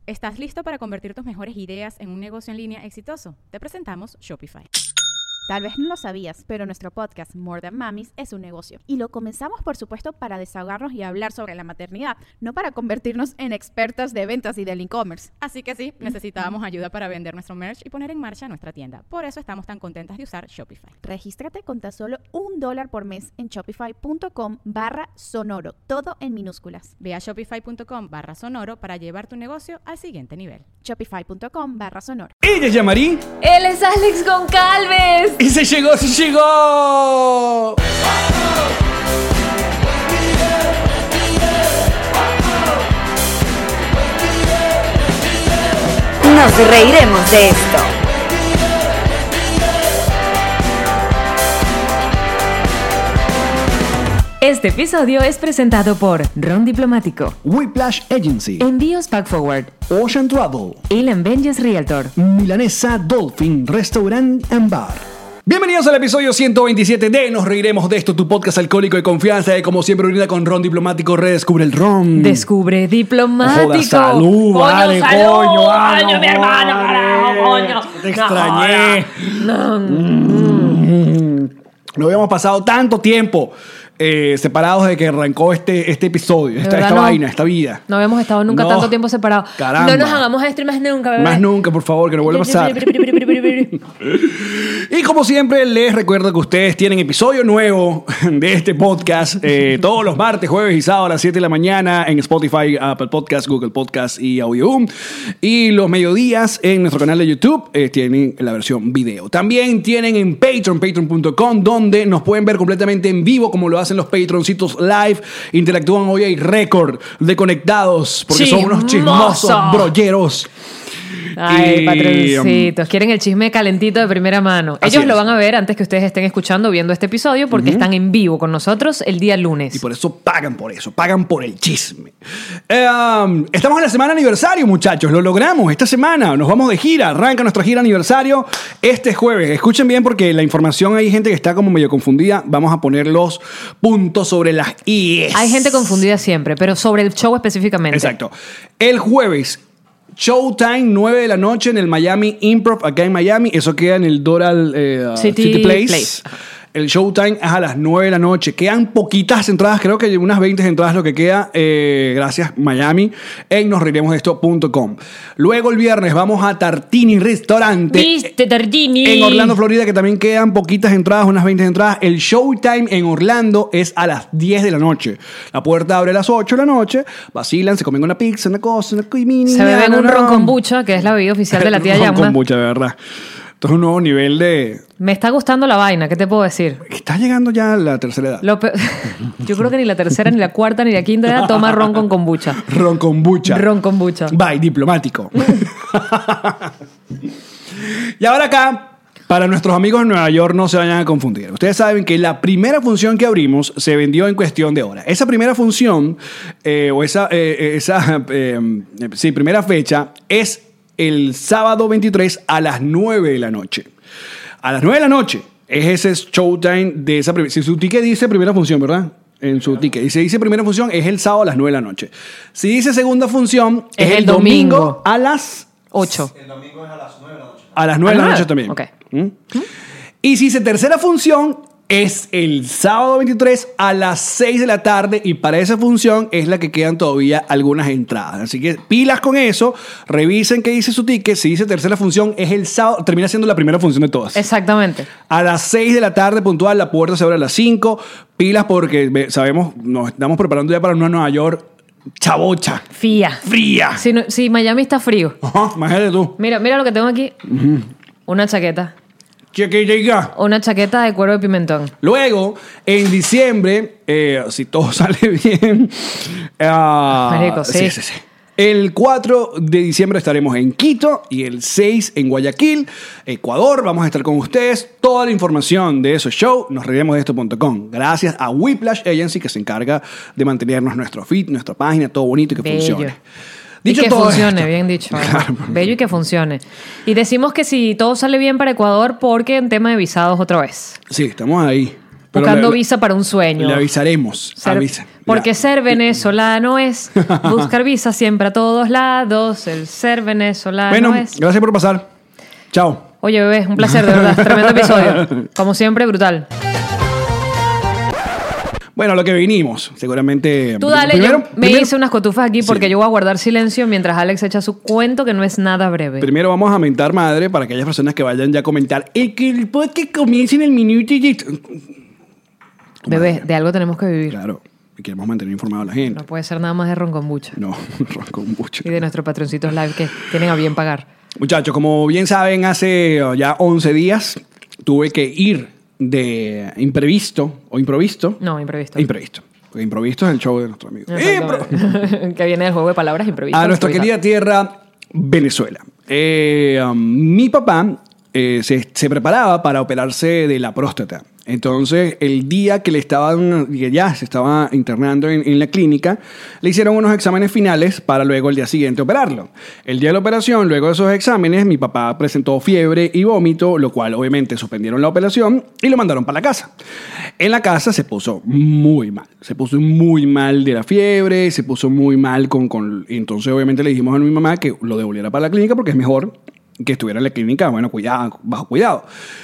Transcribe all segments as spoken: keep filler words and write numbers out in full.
¿Estás listo para convertir tus mejores ideas en un negocio en línea exitoso? Te presentamos Shopify. Tal vez no lo sabías, pero nuestro podcast More Than Mamis es un negocio. Y lo comenzamos, por supuesto, para desahogarnos y hablar sobre la maternidad, no para convertirnos en expertas de ventas y del e-commerce. Así que sí, necesitábamos ayuda para vender nuestro merch y poner en marcha nuestra tienda. Por eso estamos tan contentas de usar Shopify. Regístrate con tan solo un dólar por mes en shopify.com barra sonoro, todo en minúsculas. Ve a shopify.com barra sonoro para llevar tu negocio al siguiente nivel. Shopify.com barra sonoro. Ella es Yamari. Él es Alex Goncalves. Y se llegó, se llegó. Nos reiremos de esto. Este episodio es presentado por Ron Diplomático, Whiplash Agency, Envíos Pack Forward, Ocean Travel, Ilan Benjes Realtor, Milanesa Dolphin Restaurant and Bar. Bienvenidos al episodio ciento veintisiete de Nos Reiremos de Esto, tu podcast alcohólico de confianza que como siempre brinda con Ron Diplomático. Redescubre el Ron. Descubre Diplomático. Joda, salud, coño, vale, salud, coño, coño, coño, mi hermano, carajo, coño. Te extrañé. No, Mm. No habíamos pasado tanto tiempo eh, separados de que arrancó este, este episodio, esta, verdad esta no. vaina, esta vida. no habíamos estado nunca No. tanto tiempo separados. Caramba. No nos hagamos esto más nunca, bebé. Más nunca, por favor, que no vuelva a pasar. Y como siempre, les recuerdo que ustedes tienen episodio nuevo de este podcast eh, todos los martes, jueves y sábados a las siete de la mañana en Spotify, Apple Podcasts, Google Podcasts y Audioboom. Y los mediodías en nuestro canal de YouTube eh, tienen la versión video. También tienen en Patreon, patreon punto com, donde nos pueden ver completamente en vivo, como lo hacen los Patroncitos live. Interactúan hoy, hay récord de conectados, porque son unos chismosos ¡Chismoso! brolleros. Ay, Y, patroncitos, quieren el chisme calentito de primera mano. Así Ellos lo es. van a ver antes que ustedes estén escuchando, viendo este episodio, porque están en vivo con nosotros el día lunes. Y por eso pagan por eso, pagan por el chisme. Eh, um, estamos en la semana aniversario, muchachos. Lo logramos esta semana. Nos vamos de gira. Arranca nuestra gira aniversario este jueves. Escuchen bien porque la información, hay gente que está como medio confundida. Vamos a poner los puntos sobre las ies. Hay gente confundida siempre, pero sobre el show específicamente. Exacto. El jueves, Showtime, nueve de la noche en el Miami Improv, acá en Miami. Eso queda en el Doral eh, City City Place. Place. El Showtime es a las nueve de la noche. Quedan poquitas entradas, creo que unas veinte entradas lo que queda. Eh, gracias, Miami, en nos reiremos de esto punto com. Luego el viernes vamos a Tartini Restaurante. ¿Viste, Tartini? En Orlando, Florida, que también quedan poquitas entradas, unas veinte entradas. El Showtime en Orlando es a las diez de la noche. La puerta abre a las ocho de la noche. Vacilan, se comen una pizza, una cosa, una coimini. Se beben un ron kombucha, que es la bebida oficial de la tía Ron Yamba. kombucha, de verdad. Esto es un nuevo nivel de... Me está gustando la vaina, ¿qué te puedo decir? Está llegando ya a la tercera edad. Lo pe- Yo creo que ni la tercera, ni la cuarta, ni la quinta edad toma ron con kombucha. Ron kombucha. Ron kombucha. Bye, diplomático. Y ahora acá, para nuestros amigos en Nueva York, no se vayan a confundir. Ustedes saben que la primera función que abrimos se vendió en cuestión de horas. Esa primera función, eh, o esa, eh, esa eh, sí, primera fecha, es el sábado veintitrés a las nueve de la noche. A las nueve de la noche es ese showtime de esa primera... Si su ticket dice primera función, ¿verdad? En su ticket. Y si dice primera función, es el sábado a las nueve de la noche. Si dice segunda función, es, Es el el domingo, domingo. a las... Ocho. A las nueve de la nueve? noche también. Ok. ¿Mm? Y si dice tercera función, es el sábado veintitrés a las seis de la tarde. Y para esa función es la que quedan todavía algunas entradas. Así que pilas con eso. Revisen qué dice su ticket. Si dice tercera función, es el sábado. Termina siendo la primera función de todas. Exactamente. A las seis de la tarde puntual, la puerta se abre a las cinco. Pilas porque ve, sabemos, nos estamos preparando ya para una Nueva York chabocha, Fía. fría. Si, no- si Miami está frío. Ajá, imagínate tú. Mira, mira lo que tengo aquí. Una chaqueta. Chiquitica. Una chaqueta de cuero de pimentón. Luego, en diciembre, eh, si todo sale bien, ah, Marico, sí. sí, sí. El cuatro de diciembre estaremos en Quito y el seis en Guayaquil, Ecuador. Vamos a estar con ustedes. Toda la información de esos shows nos reiremos de esto punto com. Gracias a Whiplash Agency, que se encarga de mantenernos nuestro feed, nuestra página, todo bonito y que Bello. funcione. Y que todo funcione, esto- bien dicho. Claro. Bello y que funcione. Y decimos que si todo sale bien para Ecuador, porque en tema de visados otra vez. Sí, estamos ahí. Pero Buscando le- visa para un sueño. Le avisaremos. Ser- avisa. porque La- ser venezolano es buscar visa siempre a todos lados. El ser venezolano Bueno, es... gracias por pasar. Chao. Oye, bebé, un placer, de verdad. Tremendo episodio. Como siempre, brutal. Bueno, lo que vinimos, seguramente. Tú dale, primero, yo me primero- hice unas cotufas aquí porque Sí. yo voy a guardar silencio mientras Alex echa su cuento que no es nada breve. Primero vamos a mentar madre para aquellas personas que vayan ya a comentar. El que el podcast comience en el minuto y... Bebé, de algo tenemos que vivir. Claro, y queremos mantener informada a la gente. No puede ser nada más de ron con bucha. No, con mucho. Y de nuestros patroncitos live que tienen a bien pagar. Muchachos, como bien saben, hace uh, ya once días tuve que ir de imprevisto o improvisto. No, imprevisto. Imprevisto. Porque improvisto es el show de nuestro amigo. Exactamente. Que viene del juego de palabras imprevisto. A nuestra improvisado. querida tierra, Venezuela. Eh, um, mi papá eh, se, se preparaba para operarse de la próstata. Entonces, el día que le estaban, que ya se estaba internando en, en la clínica, le hicieron unos exámenes finales para luego el día siguiente operarlo. El día de la operación, luego de esos exámenes, mi papá presentó fiebre y vómito, lo cual obviamente suspendieron la operación y lo mandaron para la casa. En la casa se puso muy mal, se puso muy mal de la fiebre, se puso muy mal con... con entonces obviamente le dijimos a mi mamá que lo devolviera para la clínica porque es mejor que estuviera en la clínica, bueno, cuidado, bajo cuidado.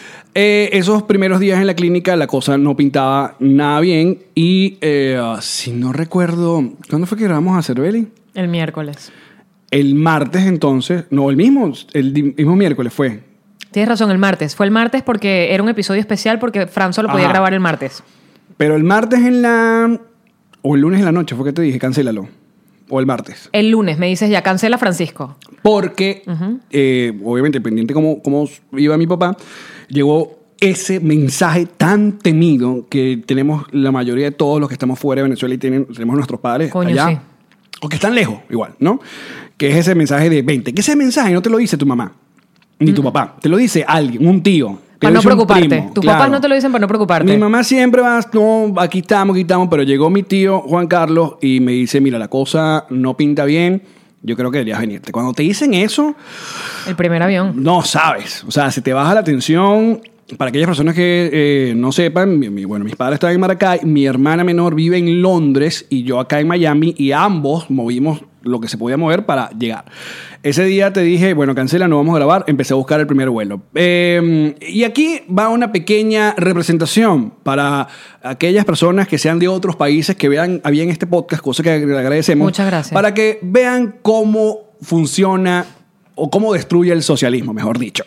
Eh, esos primeros días en la clínica la cosa no pintaba nada bien y eh, si no recuerdo, ¿cuándo fue que grabamos a Cervelli? El miércoles. El martes entonces, no, el mismo, el di- mismo miércoles fue. Tienes razón, el martes. Fue el martes porque era un episodio especial porque Fran solo podía Ajá. grabar el martes. Pero el martes en la... o el lunes en la noche fue que te dije, cancélalo. O el martes. El lunes me dices ya, cancela Francisco. Porque, eh, obviamente, pendiente cómo, cómo iba mi papá, llegó ese mensaje tan temido que tenemos la mayoría de todos los que estamos fuera de Venezuela y tienen, tenemos nuestros padres Coño, allá. sí. O que están lejos, igual, ¿no? Que es ese mensaje de veinte. Que ese mensaje no te lo dice tu mamá, ni tu papá. Te lo dice alguien, un tío. te Para lo no dice un preocuparte. primo, Tus claro. papás no te lo dicen para no preocuparte. Mi mamá siempre va, no, aquí estamos, aquí estamos, pero llegó mi tío Juan Carlos y me dice, mira, la cosa no pinta bien, yo creo que deberías venirte. Cuando te dicen eso, El primer avión. no sabes, o sea, se te baja la tensión. Para aquellas personas que eh, no sepan, mi- mi- bueno, mis padres están en Maracay, mi hermana menor vive en Londres y yo acá en Miami y ambos movimos lo que se podía mover para llegar. Ese día te dije, bueno, cancela, no vamos a grabar, empecé a buscar el primer vuelo. Eh, y aquí va una pequeña representación para aquellas personas que sean de otros países que vean bien este podcast, cosa que le agradecemos. Muchas gracias. Para que vean cómo funciona o cómo destruye el socialismo, mejor dicho.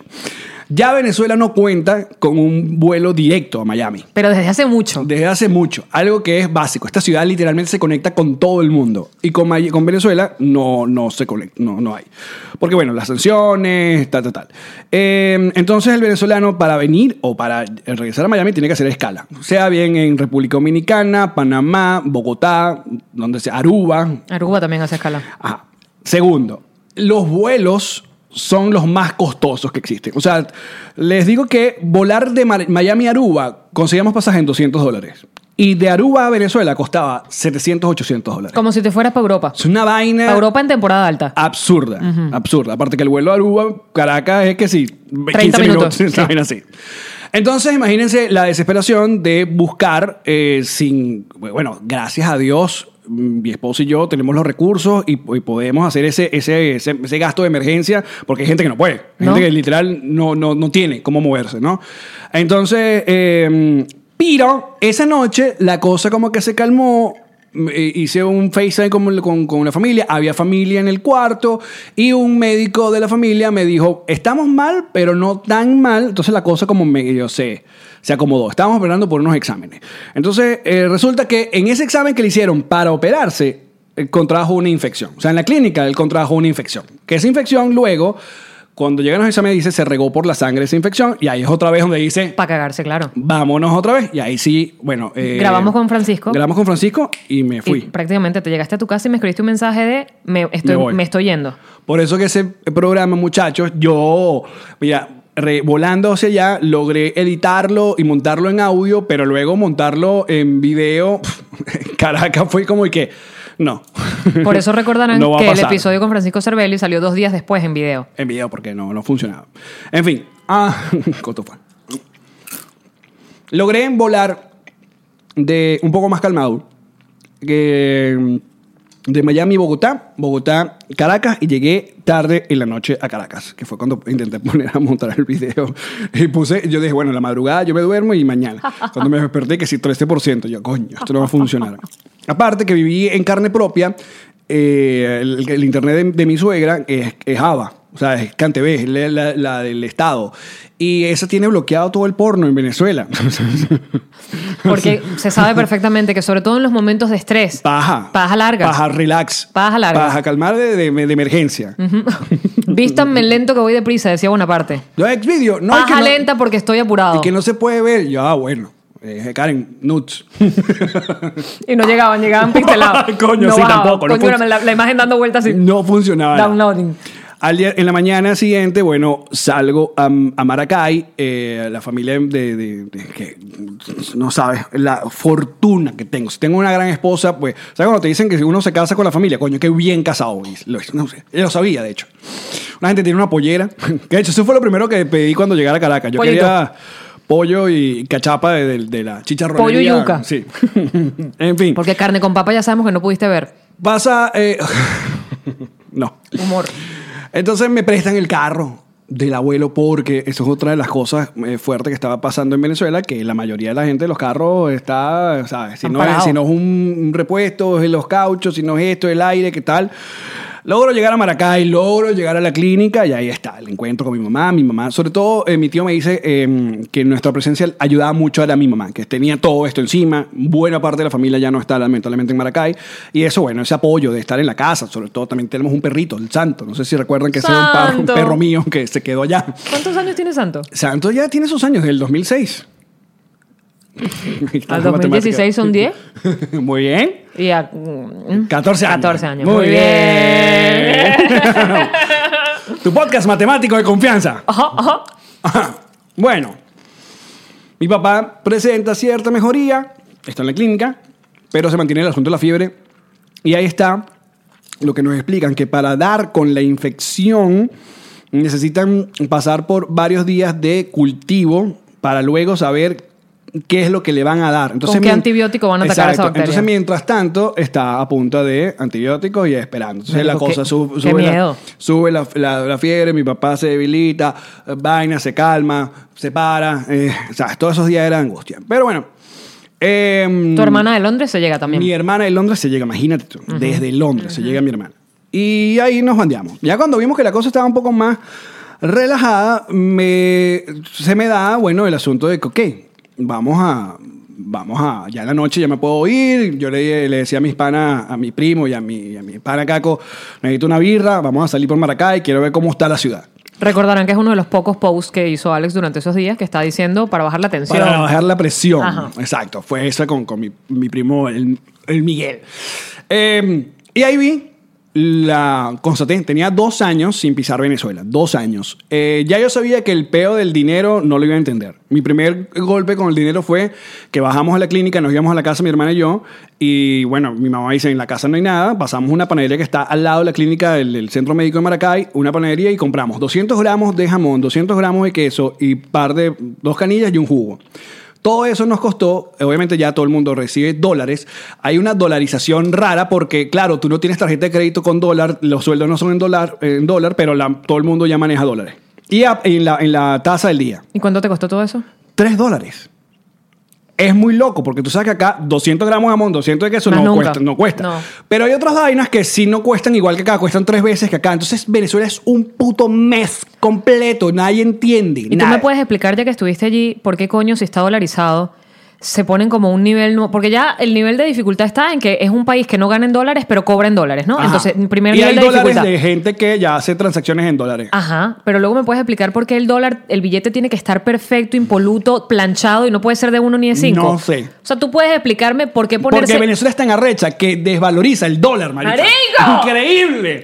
Ya Venezuela no cuenta con un vuelo directo a Miami. Pero desde hace mucho. Desde hace mucho. Algo que es básico. Esta ciudad literalmente se conecta con todo el mundo. Y con, May- con Venezuela no, no se conecta. No, no hay. Porque, bueno, las sanciones, tal, tal, tal. Eh, entonces, el venezolano para venir o para regresar a Miami tiene que hacer escala. Sea bien en República Dominicana, Panamá, Bogotá, donde sea, Aruba. Aruba también hace escala. Ajá. Segundo, los vuelos son los más costosos que existen. O sea, les digo que volar de Mar- Miami a Aruba conseguíamos pasaje en doscientos dólares. Y de Aruba a Venezuela costaba setecientos, ochocientos dólares. Como si te fueras para Europa. Es una vaina Para Europa en temporada alta. absurda. Absurda. Aparte que el vuelo a Aruba, Caracas, es que sí, treinta minutos, una sí. vaina así. Entonces, imagínense la desesperación de buscar eh, sin... Bueno, gracias a Dios, mi esposo y yo tenemos los recursos y, y podemos hacer ese, ese, ese, ese gasto de emergencia porque hay gente que no puede. Hay ¿No? gente que literal no, no, no tiene cómo moverse, ¿no? Entonces, eh, pero esa noche la cosa como que se calmó. Eh, hice un FaceTime con, con, con la familia, había familia en el cuarto y un médico de la familia me dijo, estamos mal, pero no tan mal. Entonces la cosa como medio se, se acomodó. Estábamos esperando por unos exámenes. Entonces eh, resulta que en ese examen que le hicieron para operarse, él contrajo una infección. O sea, en la clínica él contrajo una infección. Que esa infección luego, cuando llegan los exámenes, dice, se regó por la sangre esa infección y ahí es otra vez donde dice... Para cagarse, claro. Vámonos otra vez. Y ahí sí, bueno... eh, Grabamos con Francisco. Grabamos con Francisco y me fui. Y prácticamente te llegaste a tu casa y me escribiste un mensaje de me estoy, Me voy. me estoy yendo. Por eso que ese programa, muchachos, yo, mira, re- volando hacia allá, logré editarlo y montarlo en audio, pero luego montarlo en video. Caracas fue como y que, no. Por eso recordarán No va a que el pasar. episodio con Francisco Cervelli salió dos días después en video. En video porque no, no funcionaba. En fin, ah, cotofa. Logré volar de un poco más calmado. Que... De Miami a Bogotá, Bogotá, Caracas, y llegué tarde en la noche a Caracas, que fue cuando intenté poner a montar el video. Y puse, yo dije, bueno, en la madrugada yo me duermo y mañana. Cuando me desperté, que sí, trece por ciento. Yo, coño, esto no va a funcionar. Aparte que viví en carne propia, eh, el, el internet de, de mi suegra es, es Java. O sea, es CanTV, es la, la, la del Estado. Y esa tiene bloqueado todo el porno en Venezuela. Porque se sabe perfectamente que sobre todo en los momentos de estrés. Paja. Paja larga. Paja relax. Paja larga. Paja calmar de, de, de emergencia. Uh-huh. Vístanme lento que voy deprisa, decía Bonaparte. Yo Xvideo, no, Paja es que no, lenta porque estoy apurado. y que no se puede ver. Yo, ah, bueno. Eh, Karen, nuts. Y no llegaban, llegaban pixelados. Coño, no sí, bajaban. tampoco. No Coño, fun- la, la imagen dando vueltas así. No funcionaba. nada. Downloading. Al día, en la mañana siguiente, bueno, salgo a, a Maracay, eh, la familia de, de, de- de- que no sabes la fortuna que tengo. Si tengo una gran esposa, pues, ¿sabes cuando te dicen que uno se casa con la familia? Coño, qué bien casado. Y lo, no sé, yo lo sabía, de hecho. Una gente tiene una pollera, que de hecho eso fue lo primero que pedí cuando llegara a Caracas. Yo Pollito. quería pollo y cachapa de, de- de la chicharronería. Pollo y yuca. Sí. En fin. Porque carne con papa ya sabemos que no pudiste ver. Pasa... eh, no. Humor. Entonces me prestan el carro del abuelo porque eso es otra de las cosas eh, fuertes que estaba pasando en Venezuela, que la mayoría de la gente de los carros está, ¿sabes? Si Están no, es, parados. si no es un, un repuesto, es los cauchos, si no es esto, el aire, ¿qué tal? Logro llegar a Maracay, logro llegar a la clínica y ahí está, el encuentro con mi mamá. Mi mamá, sobre todo, eh, mi tío me dice eh, que nuestra presencia ayudaba mucho a mi mamá, que tenía todo esto encima. Buena parte de la familia ya no está lamentablemente en Maracay. Y eso, bueno, ese apoyo de estar en la casa. Sobre todo, también tenemos un perrito, el Santo. No sé si recuerdan que ese era un, par- un Santo. perro mío que se quedó allá. ¿Cuántos años tiene Santo? Santo ya tiene sus años, del dos mil seis. Al dos mil dieciséis son diez. Muy bien. Y a... mm, catorce años. catorce años. Muy, Muy bien. Tu podcast matemático de confianza. Ajá, ajá. Ajá. Bueno, mi papá presenta cierta mejoría, está en la clínica, pero se mantiene el asunto de la fiebre. Y ahí está lo que nos explican, que para dar con la infección necesitan pasar por varios días de cultivo para luego saber qué es lo que le van a dar. Entonces, ¿Con qué mien- antibiótico van a atacar a esa Exacto. bacteria? Entonces, mientras tanto, está a punta de antibióticos y esperando. Entonces, Marico, la cosa qué- sube, qué sube, la, miedo. sube la, la- la fiebre, mi papá se debilita, eh, vaina, se calma, se para. Eh, o sea, todos esos días era angustia. Pero bueno. eh, Tu hermana de Londres se llega también. mi hermana de Londres se llega, imagínate tú, desde Londres se llega mi hermana. Y ahí nos bandeamos. Ya cuando vimos que la cosa estaba un poco más relajada, me, se me da, bueno, el asunto de que, ok, vamos a, vamos a, ya en la noche ya me puedo ir. Yo le, le decía a mis panas, a mi primo y a mi, a mi pana Caco, necesito una birra, vamos a salir por Maracay, quiero ver cómo está la ciudad. Recordarán que es uno de los pocos posts que hizo Alex durante esos días que está diciendo para bajar la tensión. Para bajar la presión. Ajá. Exacto. Fue esa con, con mi, mi primo, el, el Miguel. Eh, y ahí vi, la constaté, tenía dos años sin pisar Venezuela. Dos años. Eh, ya yo sabía que el peo del dinero no lo iba a entender. Mi primer golpe con el dinero fue que bajamos a la clínica, nos íbamos a la casa, mi hermana y yo. Y bueno, mi mamá dice, en la casa no hay nada. Pasamos a una panadería que está al lado de la clínica del, del Centro Médico de Maracay, una panadería, y compramos doscientos gramos de jamón, doscientos gramos de queso y par de dos canillas y un jugo. Todo eso nos costó, obviamente ya todo el mundo recibe dólares. Hay una dolarización rara porque, claro, tú no tienes tarjeta de crédito con dólar, los sueldos no son en dólar, en dólar pero la- todo el mundo ya maneja dólares. Y a- en la, en la tasa del día, ¿Y cuánto te costó todo eso? tres dólares. Es muy loco porque tú sabes que acá doscientos gramos de jamón, doscientos de queso Más no nunca. cuesta, no cuesta. No. Pero hay otras vainas que sí no cuestan igual que acá, cuestan tres veces que acá. Entonces Venezuela es un puto mes completo, nadie entiende. ¿Y tú nada. me puedes explicar, ya que estuviste allí, por qué coño, si está dolarizado, se ponen como un nivel... nu- Porque ya el nivel de dificultad está en que es un país que no gana en dólares, pero cobra en dólares, ¿no? Ajá. Entonces, primer y nivel hay de dólares dificultad. de gente que ya hace transacciones en dólares. Ajá, pero luego me puedes explicar por qué el dólar, el billete tiene que estar perfecto, impoluto, planchado y no puede ser de uno ni de cinco. No sé. O sea, tú puedes explicarme por qué ponerse... Porque Venezuela es tan arrecha que desvaloriza el dólar, marica. ¡Marico! ¡Increíble!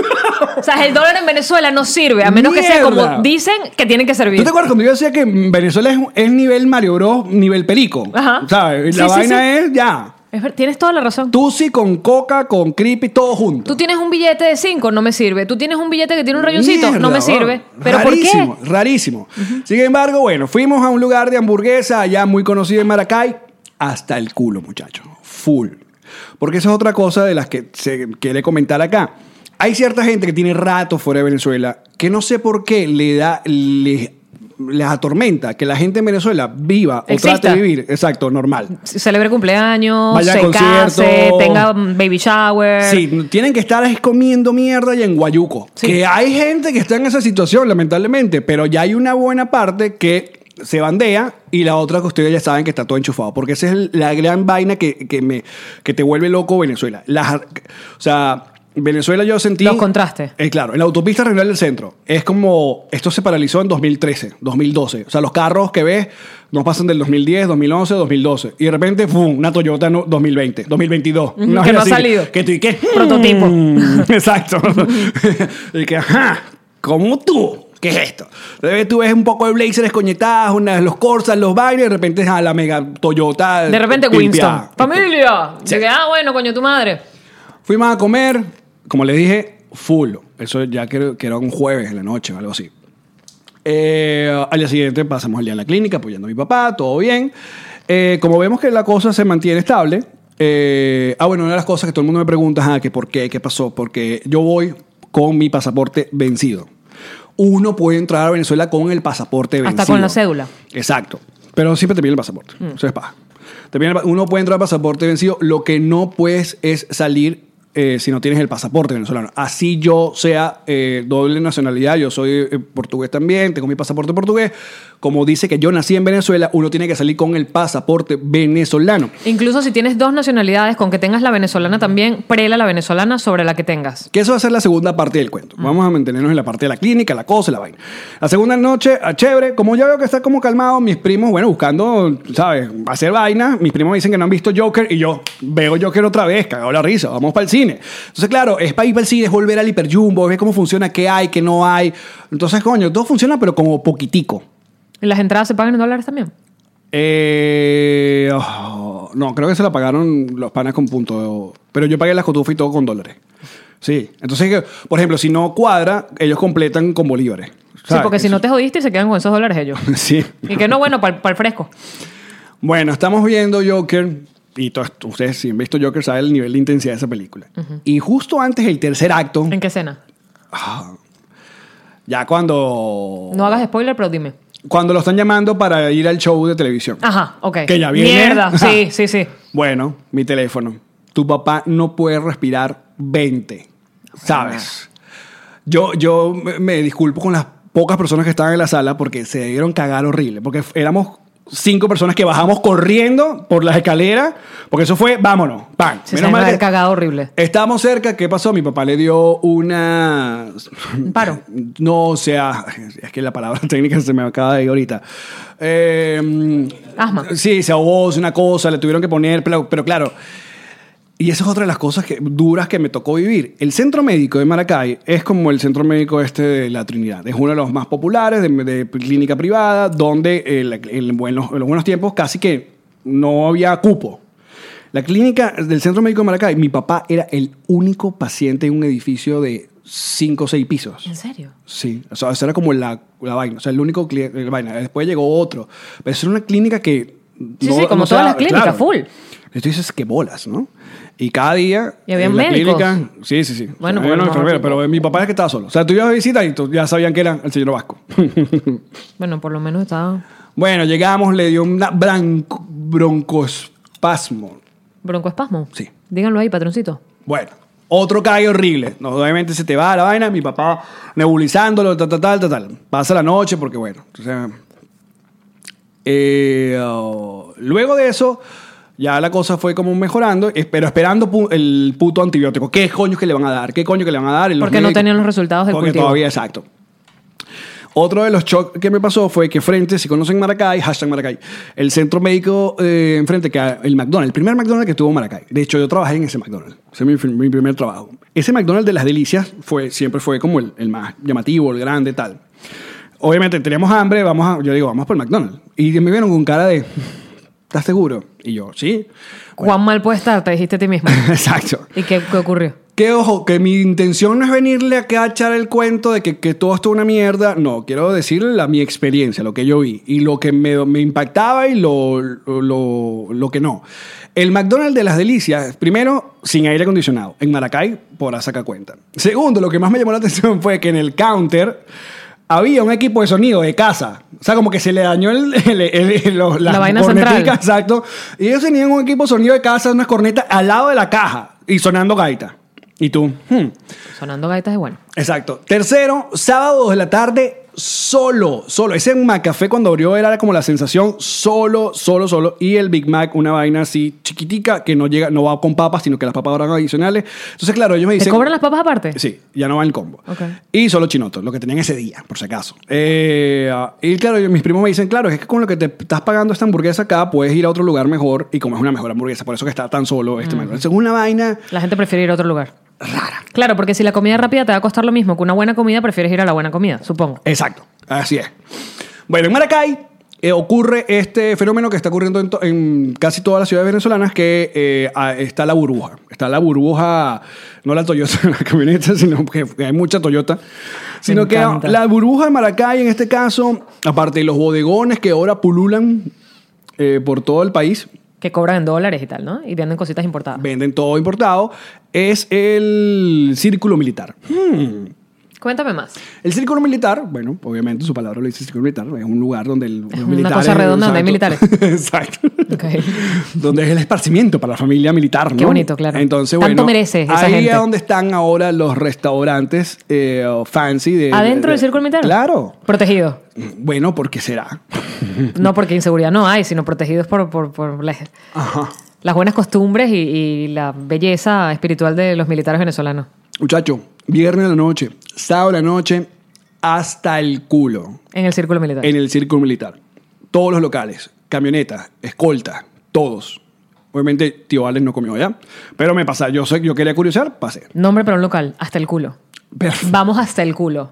O sea, el dólar en Venezuela no sirve, a menos que sea ¡Mierda! como dicen que tiene que servir. ¿Tú te acuerdas cuando yo decía que Venezuela es, es nivel Mario Bros, nivel Perico? Ajá. ¿Sabes? Sí, La sí, vaina sí. es ya. Es ver- tienes toda la razón. Tusi con Coca, con Creepy, todo junto. Tú tienes un billete de cinco, no me sirve. Tú tienes un billete que tiene un rayoncito, Mierda, no me sirve. weón. ¿Pero rarísimo, por qué? Rarísimo. Sin embargo, bueno, fuimos a un lugar de hamburguesa allá muy conocido en Maracay. hasta el culo, muchachos. Full. Porque esa es otra cosa de las que se quiere comentar acá. Hay cierta gente que tiene rato fuera de Venezuela que no sé por qué le da, le, les atormenta que la gente en Venezuela viva o Exista. trate de vivir, exacto, normal. Celebre cumpleaños, Vaya a se concierto. case, tenga baby shower. Sí, tienen que estar es comiendo mierda y en guayuco. Sí. Que hay gente que está en esa situación, lamentablemente, pero ya hay una buena parte que se bandea y la otra que ustedes ya saben que está todo enchufado. Porque esa es la gran vaina que, que, me, que te vuelve loco Venezuela. Las, o sea, Venezuela yo sentí... Los contrastes. Eh, claro, en la autopista regional del centro. Es como... Esto se paralizó en dos mil trece, dos mil doce. O sea, los carros que ves no pasan del dos mil diez, dos mil once, dos mil doce. Y de repente, ¡pum! Una Toyota no, dos mil veinte, dos mil veintidós. Ujú, Una que no vaina ha así, salido. Que tú y que... Prototipo. Mm, exacto. Y que, ajá, como tú. ¿Qué es esto? De repente tú ves un poco de blazers coñetadas, unas, los Corsas, los bailes, y de repente a la mega Toyota. De repente pimpeada. Winston. ¡Familia! Sí. De que, ah, bueno, coño, tu madre. Fuimos a comer, como les dije, full. Eso ya que, que era un jueves en la noche o algo así. Eh, al día siguiente pasamos el día en la clínica apoyando a mi papá, todo bien. Eh, como vemos que la cosa se mantiene estable, eh, ah, bueno, una de las cosas que todo el mundo me pregunta, ah, que por qué, qué pasó, porque yo voy con mi pasaporte vencido. Uno puede entrar a Venezuela con el pasaporte vencido. Hasta con la cédula. Exacto. Pero siempre te piden el pasaporte. Mm. Eso es paja. Te piden el pa- uno puede entrar a pasaporte vencido. Lo que no puedes es salir eh, si no tienes el pasaporte venezolano. Así yo sea eh, doble nacionalidad. Yo soy eh, portugués también. Tengo mi pasaporte portugués. Como dice que yo nací en Venezuela, uno tiene que salir con el pasaporte venezolano. Incluso si tienes dos nacionalidades, con que tengas la venezolana también, prela la venezolana sobre la que tengas. Que eso va a ser la segunda parte del cuento. Vamos a mantenernos en la parte de la clínica, la cosa, la vaina. La segunda noche, ah, chévere. Como ya veo que está como calmado, mis primos, bueno, buscando, ¿sabes? Hacer vaina. Mis primos me dicen que no han visto Joker y yo veo Joker otra vez, cagado la risa, vamos para el cine. Entonces, claro, es para ir para el cine, es volver al hiperjumbo, ver cómo funciona, qué hay, qué no hay. Entonces, coño, todo funciona, pero como poquitico. ¿Y las entradas se pagan en dólares también? Eh, oh, no, creo que se la pagaron los panas con punto. Pero yo pagué las cotufas y todo con dólares. Sí. Entonces, por ejemplo, si no cuadra, ellos completan con bolívares. Sí, ¿sabes? porque si no te jodiste y se quedan con esos dólares ellos. Sí. Y que no, bueno, para el fresco. Bueno, estamos viendo Joker. Y todos ustedes, si han visto Joker, saben el nivel de intensidad de esa película. Uh-huh. Y justo antes del tercer acto. ¿En qué escena? Ah, ya cuando. No hagas spoiler, pero dime. Cuando lo están llamando para ir al show de televisión. Ajá, ok. Que ya viene. Mierda, Ajá. sí, sí, sí. Bueno, mi teléfono. Tu papá no puede respirar veinte. ¿Sabes? Yo, yo me, me disculpo con las pocas personas que estaban en la sala porque se dieron cagar horrible. Porque éramos cinco personas que bajamos corriendo por las escaleras. Porque eso fue, vámonos, ¡pam! Se se me haber cagado horrible. Estábamos cerca. ¿Qué pasó? Mi papá le dio una... ¿Un paro? No, o sea... Es que la palabra técnica se me acaba de ir ahorita. Eh, Asma. Sí, se ahogó, es una cosa, le tuvieron que poner... Pero, pero claro... Y esa es otra de las cosas que, duras que me tocó vivir. El centro médico de Maracay es como el centro médico este de la Trinidad. Es uno de los más populares de, de clínica privada, donde en, en, buenos, en los buenos tiempos casi que no había cupo. La clínica del centro médico de Maracay, mi papá era el único paciente en un edificio de cinco o seis pisos. ¿En serio? Sí, o sea, esa era como la, la vaina. O sea, el único cliente, la vaina. Después llegó otro. Pero es una clínica que... Sí, sí, como todas las clínicas, full. Entonces dices que bolas, ¿no? Y cada día... Y había en la médicos. clínica... Sí, sí, sí. Bueno, había pues, una no, enfermera, no, pero mi papá es que estaba solo. O sea, tú ibas a visita y tú ya sabían que era el señor Vasco. Bueno, por lo menos estaba... Bueno, llegamos, le dio un bronco, broncoespasmo. ¿Broncoespasmo? Sí. Díganlo ahí, patroncito. Bueno, otro cague horrible. No, obviamente se te va la vaina, mi papá nebulizándolo, tal, tal, tal, tal, tal. Pasa la noche porque, bueno, o sea... Eh, oh, luego de eso... Ya la cosa fue como mejorando, pero esperando pu- el puto antibiótico. ¿Qué coño que le van a dar? ¿Qué coño que le van a dar? Los Porque no médicos? tenían los resultados del Porque cultivo. todavía, exacto. Otro de los shocks que me pasó fue que frente, si conocen Maracay, hashtag Maracay, el centro médico eh, enfrente, que el McDonald's, el primer McDonald's que tuvo Maracay. De hecho, yo trabajé en ese McDonald's. Ese es mi, mi primer trabajo. Ese McDonald's de las delicias fue, siempre fue como el, el más llamativo, el grande, tal. Obviamente, teníamos hambre, vamos a, yo digo, vamos por el McDonald's. Y me vieron con cara de... ¿Estás seguro? Y yo, sí. ¿Cuán mal puede estar? Te dijiste a ti mismo. Exacto. ¿Y qué, qué ocurrió? Que ojo, que mi intención no es venirle acá a echar el cuento de que, que todo esto es una mierda. No, quiero decirle la, mi experiencia, lo que yo vi y lo que me, me impactaba y lo, lo, lo que no. El McDonald's de las Delicias, primero, sin aire acondicionado. En Maracay, por sacar cuenta. Segundo, lo que más me llamó la atención fue que en el counter había un equipo de sonido de casa. O sea, como que se le dañó el, el, el, el, los, la vaina central. Exacto. Y ellos tenían un equipo de sonido de casa, unas cornetas al lado de la caja y sonando gaita. Y tú, hmm. Sonando gaitas es bueno. Exacto. Tercero, sábado de la tarde, solo, solo. Ese McCafé cuando abrió era como la sensación solo, solo, solo. Y el Big Mac, una vaina así chiquitica que no llega, no va con papas, sino que las papas eran adicionales. Entonces, claro, ellos me dicen... ¿Te cobran las papas aparte? Sí, ya no va en combo. Okay. Y solo chinotos, lo que tenían ese día, por si acaso. Eh, y claro, mis primos me dicen, claro, es que con lo que te estás pagando esta hamburguesa acá, puedes ir a otro lugar mejor y comes una mejor hamburguesa. Por eso que está tan solo este mm. McDonald's. Es una vaina... La gente prefiere ir a otro lugar. Rara. Claro, porque si la comida rápida te va a costar lo mismo que una buena comida, prefieres ir a la buena comida, supongo. Exacto, así es. Bueno, en Maracay eh, ocurre este fenómeno que está ocurriendo en, to- en casi todas las ciudades venezolanas, que eh, a, está la burbuja. Está la burbuja, no la Toyota, la camioneta, sino que hay mucha Toyota. Sino Me que encanta. la burbuja de Maracay, en este caso, aparte de los bodegones que ahora pululan eh, por todo el país, Que cobran en dólares y tal, ¿no? Y venden cositas importadas. venden todo importado, es el círculo militar. Hmm. Cuéntame más. El círculo militar, bueno, obviamente su palabra lo dice círculo militar, es un lugar donde el, Es los una militares... cosa redonda donde hay militares. Exacto. Okay. Donde es el esparcimiento para la familia militar, ¿no? Qué bonito, claro. Entonces, Tanto bueno, merece esa ahí gente. es donde están ahora los restaurantes eh, fancy. De, ¿Adentro de- del círculo militar? Claro. Protegido. Bueno, ¿por qué será? No porque inseguridad no hay, sino protegidos por, por, por las, Ajá. las buenas costumbres y, y la belleza espiritual de los militares venezolanos. Muchacho, viernes de la noche, sábado de la noche, hasta el culo. En el círculo militar. En el círculo militar. Todos los locales, camionetas, escoltas, todos. Obviamente, tío Alex no comió allá. Pero me pasa, yo, sé, yo quería curiosear, pasé. Nombre para un local, hasta el culo. Perfecto. Vamos hasta el culo.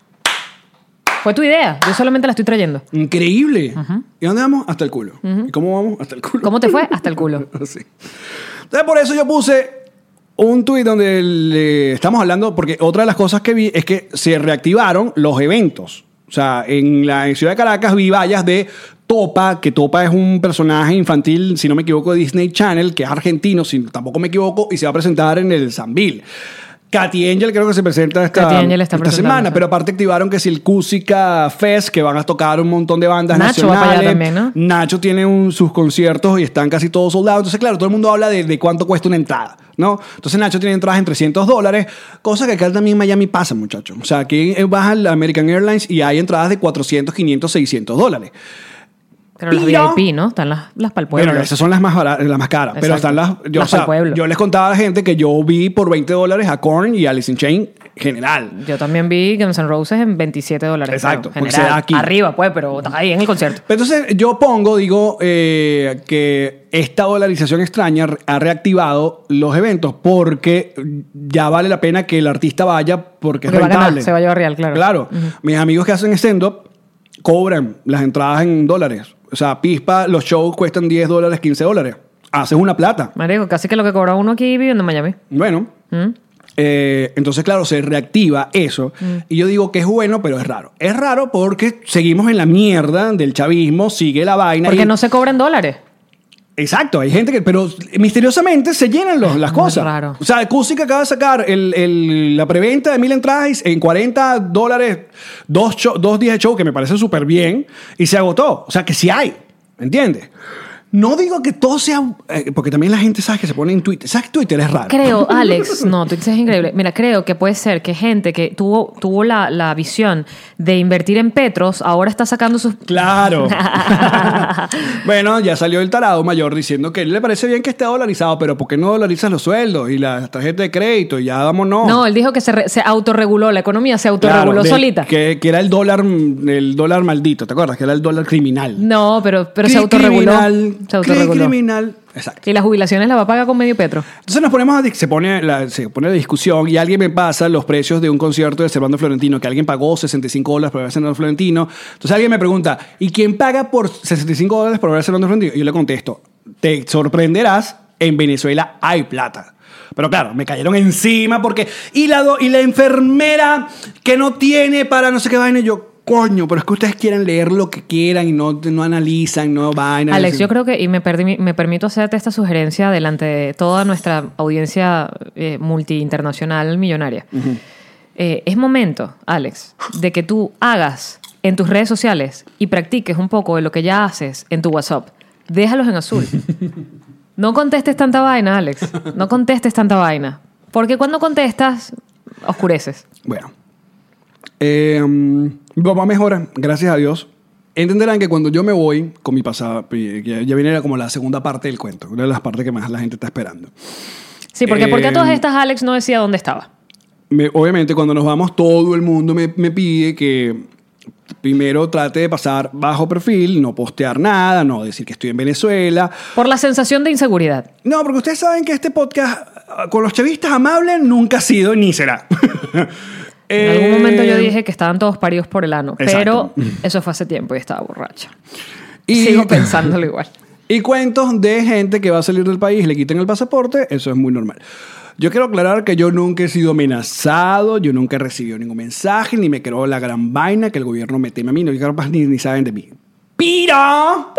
Fue tu idea, yo solamente la estoy trayendo. Increíble. ¿Y dónde vamos? Hasta el culo. ¿Y cómo vamos? Hasta el culo. ¿Cómo te fue? Hasta el culo. Sí. Entonces, por eso yo puse un tuit donde le estamos hablando, porque otra de las cosas que vi es que se reactivaron los eventos. O sea, en la en Ciudad de Caracas vi vallas de Topa, que Topa es un personaje infantil, si no me equivoco, de Disney Channel, que es argentino, si tampoco me equivoco, y se va a presentar en el Sambil. Katy Angel creo que se presenta esta, Katy Angel está esta presentando, semana, sí. pero aparte activaron que si el Cusica Fest, que van a tocar un montón de bandas Nacho va nacionales. para allá también, ¿no? Nacho tiene un- sus conciertos y están casi todos soldados. Entonces, claro, todo el mundo habla de, de cuánto cuesta una entrada, ¿no? Entonces, Nacho tiene entradas en trescientos dólares, cosa que acá también en Miami pasa, muchachos. O sea, aquí vas al American Airlines y hay entradas de cuatrocientos, quinientos, seiscientos dólares. Pero las Pero- V I P, ¿no? Están las, las para el pueblo. Bueno, esas son las más baratas, las más caras. Pero Exacto. están las... Yo, Las o sea, pa'l pueblo. yo les contaba a la gente que yo vi por veinte dólares a Korn y a Alice in Chains general. Yo también vi Guns N' Roses en veintisiete dólares. Exacto, pero porque general. se da aquí. Arriba, pues, pero está ahí en el concierto. Pero entonces yo pongo, digo, eh, que esta dolarización extraña ha reactivado los eventos porque ya vale la pena que el artista vaya porque, Porque es va a ganar, rentable. se va a llevar real, claro. Claro. Mis amigos que hacen stand-up cobran las entradas en dólares. O sea, Pispa, los shows cuestan diez dólares, quince dólares. Haces una plata. Marico, casi que lo que cobra uno aquí viviendo en Miami. Bueno. ¿Mm? Eh, entonces, claro, se reactiva eso. Y yo digo que es bueno, pero es raro. Es raro porque seguimos en la mierda del chavismo, sigue la vaina. Porque y- no se cobran dólares. Exacto, hay gente que... Pero misteriosamente se llenan los- las Muy cosas. raro. O sea, Cusica acaba de sacar el, el- la preventa de mil entradas en cuarenta dólares, dos, show- dos días de show, que me parece súper bien, y se agotó. O sea, que sí hay, ¿entiendes? No digo que todo sea... eh, porque también la gente sabe que se pone en Twitter. ¿Sabes que Twitter es raro? Creo, Alex, no, tú dices increíble. Mira, creo que puede ser que gente que tuvo, tuvo la, la visión de invertir en Petros ahora está sacando sus... Claro. Bueno, ya salió el tarado mayor diciendo que le parece bien que esté dolarizado, pero ¿por qué no dolarizas los sueldos y las tarjetas de crédito? Y ya vámonos. No, él dijo que se, re- se autorreguló, la economía se autorreguló Claro, de- solita. Que, que era el dólar, el dólar maldito, ¿te acuerdas? Que era el dólar criminal. No, pero, pero Cri- se autorreguló. Criminal, Se autorreguló. cri- criminal. Exacto. Y las jubilaciones las va a pagar con medio Petro. Entonces nos ponemos a, di- se pone la, se pone la discusión y alguien me pasa los precios de un concierto de Servando Florentino, que alguien pagó sesenta y cinco dólares por ver a Servando Florentino. Entonces alguien me pregunta, ¿y quién paga por sesenta y cinco dólares por ver a Servando Florentino? Y yo le contesto, te sorprenderás, en Venezuela hay plata. Pero claro, me cayeron encima porque... Y la, do- y la enfermera que no tiene para no sé qué vaina. Y yo, coño, pero es que ustedes quieren leer lo que quieran y no, no analizan, no vaina. Alex, no yo creo que, y me, perdi- me permito hacerte esta sugerencia delante de toda nuestra audiencia eh, multi-internacional millonaria. Uh-huh. Eh, es momento, Alex, de que tú hagas en tus redes sociales y practiques un poco de lo que ya haces en tu WhatsApp. Déjalos en azul. No contestes tanta vaina, Alex. No contestes tanta vaina. Porque cuando contestas, oscureces. Bueno. Eh, mi papá mejora, gracias a Dios. Entenderán que cuando yo me voy con mi pasado, ya, ya viene como la segunda parte del cuento, una de las partes que más la gente está esperando. Sí, porque eh, ¿por qué todas estas Alex no decía dónde estaba? Me, obviamente, cuando nos vamos, todo el mundo me, me pide que primero trate de pasar bajo perfil, no postear nada, no decir que estoy en Venezuela. Por la sensación de inseguridad. No, porque ustedes saben que este podcast con los chavistas amables nunca ha sido ni será. En algún momento yo dije que estaban todos paridos por el ano, Exacto. pero eso fue hace tiempo y estaba borracha. Y sigo pensándolo igual. Y cuentos de gente que va a salir del país, le quiten el pasaporte, eso es muy normal. Yo quiero aclarar que yo nunca he sido amenazado, yo nunca he recibido ningún mensaje, ni me creo la gran vaina que el gobierno me teme a mí, no, ni, ni saben de mí. ¡Pero!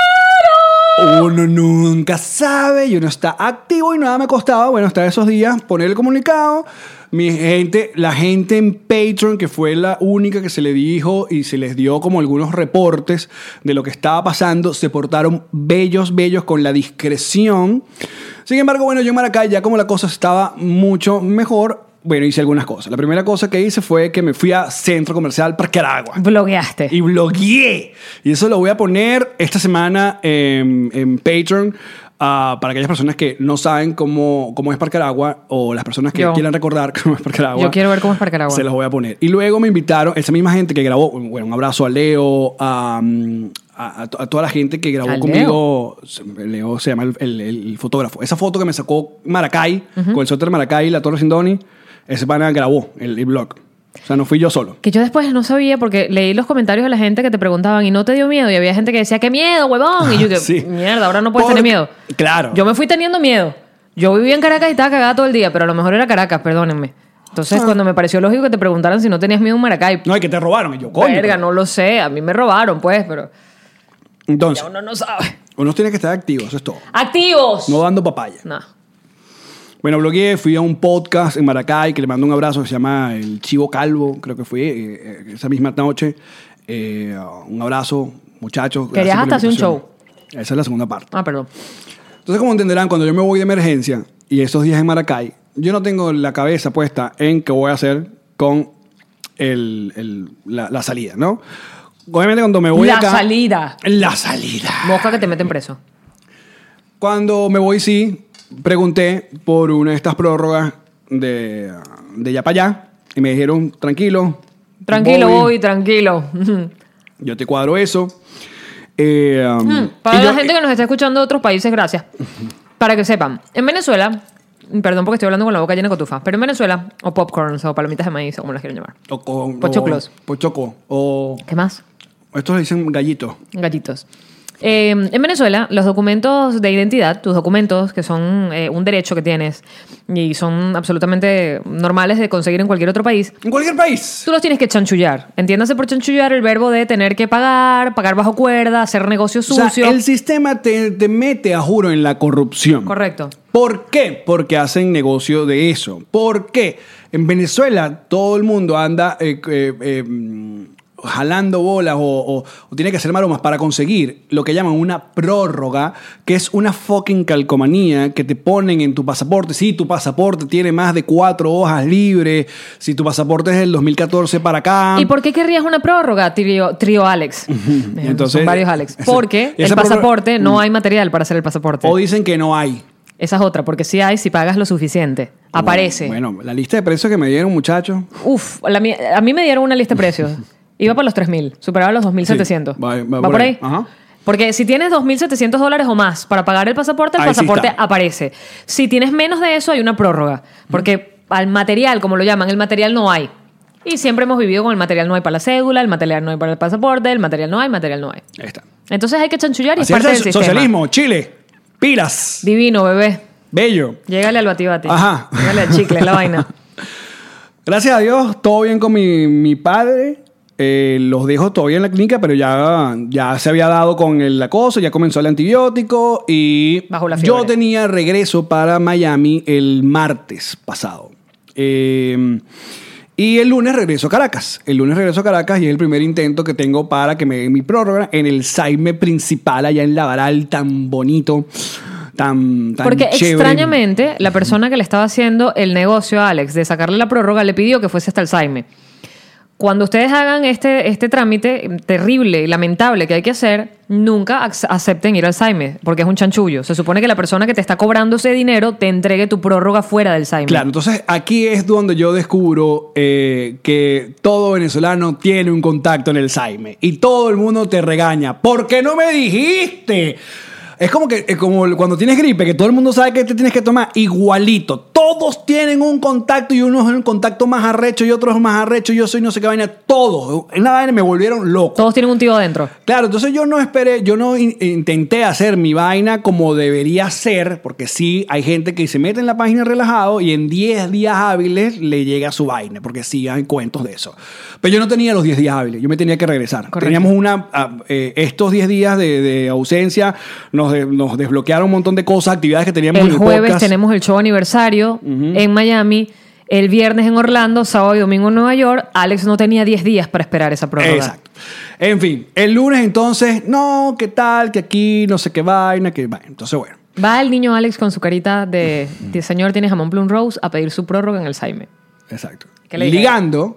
¡Pero! Uno nunca sabe y uno está activo y nada me costaba, bueno, hasta esos días poner el comunicado. Mi gente, la gente en Patreon, que fue la única que se le dijo y se les dio como algunos reportes de lo que estaba pasando, se portaron bellos, bellos con la discreción. Sin embargo, bueno, yo en Maracay ya como la cosa estaba mucho mejor, bueno, hice algunas cosas. La primera cosa que hice fue que me fui a Centro Comercial Parque Aragua. Blogueaste. Y blogueé. Y eso lo voy a poner esta semana en, en Patreon. Uh, para aquellas personas que no saben cómo, cómo es Parque Aragua o las personas que Yo. quieran recordar cómo es Parque Aragua. Yo quiero ver cómo es Parque Aragua. Se los voy a poner. Y luego me invitaron, esa misma gente que grabó, bueno, un abrazo a Leo, a, a, a toda la gente que grabó ¿A conmigo. Leo? Leo se llama el, el, el fotógrafo. Esa foto que me sacó Maracay, uh-huh. con el suéter de Maracay y la Torre Sindoni, ese pana grabó el, el blog. O sea, no fui yo solo. Que yo después no sabía porque leí los comentarios de la gente que te preguntaban ¿y no te dio miedo? Y había gente que decía ¡qué miedo, huevón! Y yo que, sí. mierda, ahora no puedes Porque, tener miedo. Claro. Yo me fui teniendo miedo. Yo vivía en Caracas y estaba cagada todo el día, pero a lo mejor era Caracas, perdónenme. Entonces, ah. cuando me pareció lógico que te preguntaran si no tenías miedo en Maracay. No, y que te robaron. Y yo, coño. Verga, no lo sé. A mí me robaron, pues, pero... Entonces, ya uno no sabe. Uno tiene que estar activo, eso es todo. ¡Activos! No dando papaya. No. Bueno, blogueé, fui a un podcast en Maracay que le mando un abrazo que se llama El Chivo Calvo, creo que fui eh, esa misma noche. Eh, un abrazo, muchachos. Querías hasta hacer un show. Esa es la segunda parte. Ah, perdón. Entonces, como entenderán, cuando yo me voy de emergencia y esos días en Maracay, yo no tengo la cabeza puesta en qué voy a hacer con el, el, la, la salida, ¿no? Obviamente cuando me voy la acá... La salida. La salida. Mosca que te meten preso. Cuando me voy, sí... Pregunté por una de estas prórrogas de, de ya para allá y me dijeron, tranquilo. Tranquilo, Bobby, tranquilo. Yo te cuadro eso. Eh, um, hmm, para la yo, gente que nos está escuchando de otros países, gracias. Para que sepan, en Venezuela, perdón porque estoy hablando con la boca llena de cotufas, pero en Venezuela, o popcorns, o palomitas de maíz, o como las quieran llamar. O con, Pochoclos. O, pochoco. O, ¿Qué más? Estos le dicen gallitos. Gallitos. Eh, en Venezuela, los documentos de identidad, tus documentos, que son eh, un derecho que tienes y son absolutamente normales de conseguir en cualquier otro país. En cualquier país. Tú los tienes que chanchullar. Entiéndase por chanchullar el verbo de tener que pagar, pagar bajo cuerda, hacer negocios sucios. O sea, el sistema te, te mete, a juro, en la corrupción. Correcto. ¿Por qué? Porque hacen negocio de eso. ¿Por qué? En Venezuela todo el mundo anda... Eh, eh, eh, jalando bolas o, o, o tiene que hacer maromas para conseguir lo que llaman una prórroga, que es una fucking calcomanía que te ponen en tu pasaporte. Si tu pasaporte tiene más de cuatro hojas libres, si tu pasaporte es del dos mil catorce para acá. ¿Y por qué querrías una prórroga, trío, trío Alex? Entonces, son varios Alex. Porque el prórroga, pasaporte, no hay material para hacer el pasaporte. O dicen que no hay. Esa es otra, porque sí hay si pagas lo suficiente. Aparece. Bueno, la lista de precios que me dieron, muchachos. Uf, la, a mí me dieron una lista de precios. Iba para los tres mil, superaba los dos mil setecientos. Sí, va, va, ¿Va por por ahí? ahí? Ajá. Porque si tienes dos mil setecientos dólares o más para pagar el pasaporte, el Ahí sí pasaporte está. aparece. Si tienes menos de eso, hay una prórroga. Porque al material, como lo llaman, el material no hay. Y siempre hemos vivido con el material no hay para la cédula, el material no hay para el pasaporte, el material no hay, el material no hay. Ahí está. Entonces hay que chanchullar y es Así parte es del el sistema. socialismo, Chile, pilas. Divino, bebé. Bello. Llégale al batibati. Ajá. Llégale al chicle, es la vaina. Gracias a Dios, todo bien con mi, mi padre. Eh, los dejo todavía en la clínica, pero ya, ya se había dado con el acoso, ya comenzó el antibiótico y Bajo la fiebre. yo tenía regreso para Miami el martes pasado. Eh, y el lunes regreso a Caracas. El lunes regreso a Caracas y es el primer intento que tengo para que me den mi prórroga en el Saime principal allá en Lavaral, tan bonito. Tan, tan Porque chévere. extrañamente, la persona que le estaba haciendo el negocio a Alex de sacarle la prórroga le pidió que fuese hasta el Saime. Cuando ustedes hagan este, este trámite terrible y lamentable que hay que hacer, nunca ac- acepten ir al Saime, porque es un chanchullo. Se supone que la persona que te está cobrando ese dinero te entregue tu prórroga fuera del Saime. Claro, entonces aquí es donde yo descubro eh, que todo venezolano tiene un contacto en el Saime y todo el mundo te regaña. ¿Por qué no me dijiste? Es como que es como cuando tienes gripe, que todo el mundo sabe que te tienes que tomar igualito. Todos tienen un contacto y unos en un contacto más arrecho y otros más arrecho. Yo soy no sé qué vaina. Todos. En la vaina me volvieron loco. Todos tienen un tío adentro. Claro, entonces yo no esperé, yo no in- intenté hacer mi vaina como debería ser, porque sí hay gente que se mete en la página relajado y en diez días hábiles le llega su vaina, porque sí hay cuentos de eso. Pero yo no tenía los diez días hábiles, yo me tenía que regresar. Correcto. Teníamos una, ah, eh, estos diez días de, de ausencia, nos, de- nos desbloquearon un montón de cosas, actividades que teníamos en El el jueves podcast. tenemos el show aniversario en Miami. El viernes en Orlando, sábado y domingo en Nueva York. Alex no tenía diez días para esperar esa prórroga. Exacto. En fin, el lunes entonces, no, ¿qué tal? Que aquí no sé qué vaina, que vaina. Entonces, bueno. Va el niño Alex con su carita de, de señor tiene jamón plum rose a pedir su prórroga en el Saime. Exacto. ¿Qué le dije? Ligando,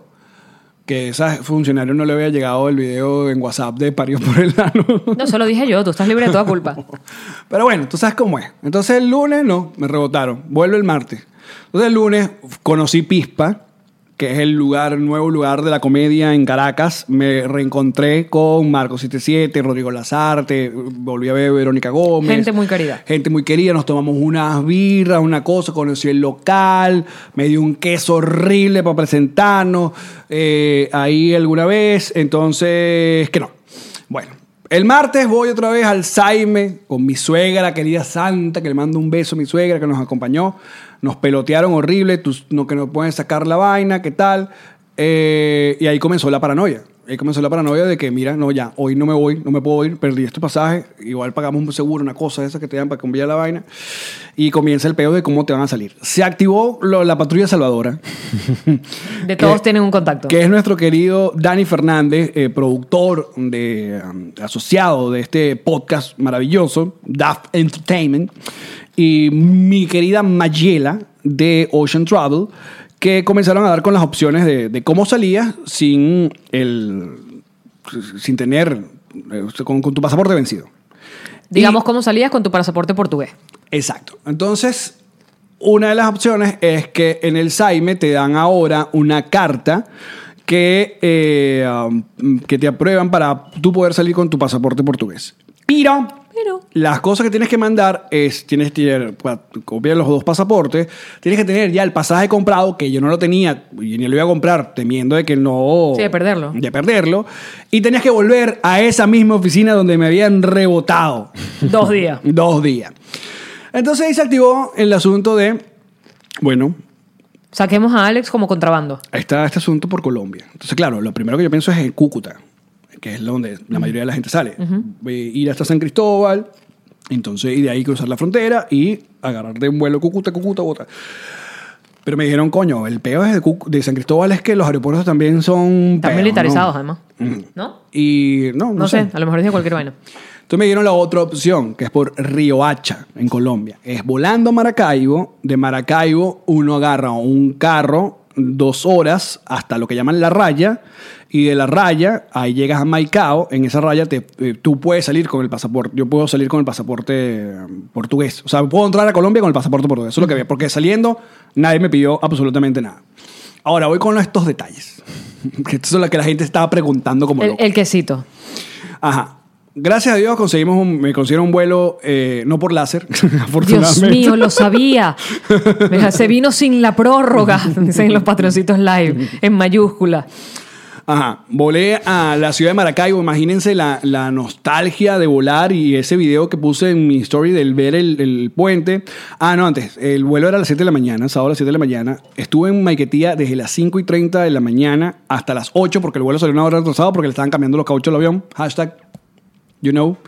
que ese funcionario no le había llegado el video en WhatsApp de parió por el ano. No, eso lo dije yo, tú estás libre de toda culpa. Pero bueno, tú sabes cómo es. Entonces el lunes no, me rebotaron. Vuelvo el martes. Entonces el lunes conocí Pispa, que es el lugar, nuevo lugar de la comedia en Caracas. Me reencontré con Marco setenta y siete, Rodrigo Lazarte, volví a ver a Verónica Gómez. Gente muy querida. Gente muy querida, nos tomamos unas birras, una cosa, conocí el local, me dio un queso horrible para presentarnos eh, ahí alguna vez, entonces, que no. Bueno, el martes voy otra vez al Saime con mi suegra, querida santa, que le mando un beso a mi suegra que nos acompañó. Nos pelotearon horrible, tú, no, que no pueden sacar la vaina, ¿qué tal? Eh, y ahí comenzó la paranoia. Ahí comenzó la paranoia de que, mira, no, ya, hoy no me voy, no me puedo ir, perdí este pasaje, igual pagamos un seguro, una cosa de esas que te dan para cambiar la vaina, y comienza el pedo de cómo te van a salir. Se activó lo- la patrulla salvadora. De todos Que- tienen un contacto. Que es nuestro querido Dani Fernández, eh, productor de, um, asociado de este podcast maravilloso, Daft Entertainment, y mi querida Mayela de Ocean Travel, que comenzaron a dar con las opciones de, de cómo salías sin, el, sin tener, eh, con, con tu pasaporte vencido. Digamos Y- cómo salías con tu pasaporte portugués. Exacto. Entonces, una de las opciones es que en el Saime te dan ahora una carta que, eh, um, que te aprueban para tú poder salir con tu pasaporte portugués. Pero, Pero. las cosas que tienes que mandar es, tienes que tener, para copiar los dos pasaportes, tienes que tener ya el pasaje comprado, que yo no lo tenía y ni lo iba a comprar, temiendo de que no... Sí, de perderlo. De perderlo. Y tenías que volver a esa misma oficina donde me habían rebotado. Dos días. Dos días. Entonces ahí se activó el asunto de, bueno, Saquemos a Alex como contrabando. ahí está este asunto por Colombia. Entonces, claro, lo primero que yo pienso es en Cúcuta, que es donde la mayoría de la gente sale. Eh, Ir hasta San Cristóbal, entonces, y de ahí cruzar la frontera y agarrar de un vuelo Cúcuta, Cúcuta, Bogotá. Pero me dijeron, coño, el peor de, Cú- de San Cristóbal es que los aeropuertos también son... Están peos, militarizados, ¿no? además. Ujú. ¿No? Y no, no, No, sé. a lo mejor dije cualquier vaina. Entonces me dieron la otra opción, que es por Riohacha, en Colombia. Es volando a Maracaibo. De Maracaibo uno agarra un carro dos horas hasta lo que llaman La Raya. Y de La Raya, ahí llegas a Maicao. En esa raya te, eh, tú puedes salir con el pasaporte. Yo puedo salir con el pasaporte eh, portugués. O sea, puedo entrar a Colombia con el pasaporte portugués. Eso es lo que había. Porque saliendo nadie me pidió absolutamente nada. Ahora voy con estos detalles. Que estos son los que la gente estaba preguntando como El, loco. el quesito. Ajá. Gracias a Dios conseguimos un, me consiguieron un vuelo, eh, no por láser, Dios afortunadamente. mío, lo sabía. Mira, se vino sin la prórroga, dicen los patroncitos live, en mayúscula. Ajá, volé a la ciudad de Maracaibo. Imagínense la, la nostalgia de volar y ese video que puse en mi story del ver el, el puente. Ah, no, antes, el vuelo era a las siete de la mañana, sábado a las siete de la mañana. Estuve en Maiquetía desde las cinco y treinta de la mañana hasta las ocho porque el vuelo salió una hora retrasado porque le estaban cambiando los cauchos al avión. Hashtag, you know.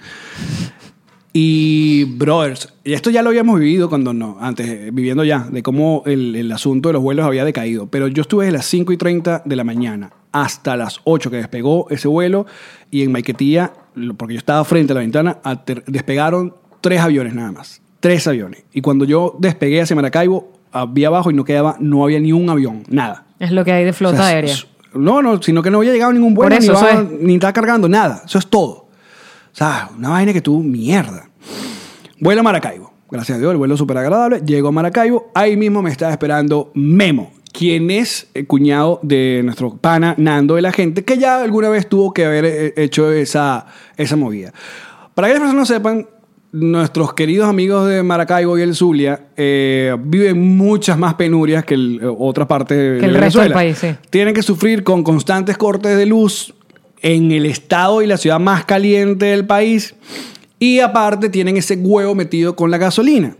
Y, brothers, y esto ya lo habíamos vivido cuando no, antes, viviendo ya, de cómo el, el asunto de los vuelos había decaído. Pero yo estuve desde las cinco y treinta de la mañana hasta las ocho que despegó ese vuelo y en Maiquetía, porque yo estaba frente a la ventana, ater- despegaron tres aviones nada más. Tres aviones. Y cuando yo despegué hacia Maracaibo, había abajo y no quedaba, no había ni un avión, nada. Es lo que hay de flota O sea, aérea. No, no, sino que no había llegado ningún vuelo, Por eso, ni, eso iba- es. ni estaba cargando, nada. Eso es todo. O sea, una vaina que tú, mierda. Vuelo a Maracaibo. Gracias a Dios, el vuelo súper agradable. Llego a Maracaibo. Ahí mismo me estaba esperando Memo, quien es el cuñado de nuestro pana Nando de la Gente, que ya alguna vez tuvo que haber eh, hecho esa, esa movida. Para que las personas no sepan, nuestros queridos amigos de Maracaibo y el Zulia eh, viven muchas más penurias que el, eh, otra parte de, Que el de resto del Venezuela. país, sí. Tienen que sufrir con constantes cortes de luz en el estado y la ciudad más caliente del país. Y aparte tienen ese huevo metido con la gasolina.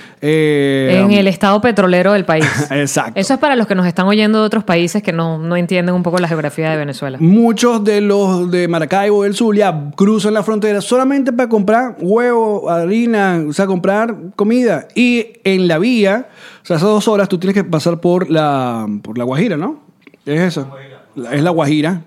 Eh, En el estado petrolero del país. Exacto. Eso es para los que nos están oyendo de otros países que no, no entienden un poco la geografía de Venezuela. Muchos de los de Maracaibo del Zulia cruzan la frontera solamente para comprar huevo, harina, o sea, comprar comida. Y en la vía, o sea, esas dos horas tú tienes que pasar por la, por la Guajira, ¿no? Es eso. La- Es la Guajira.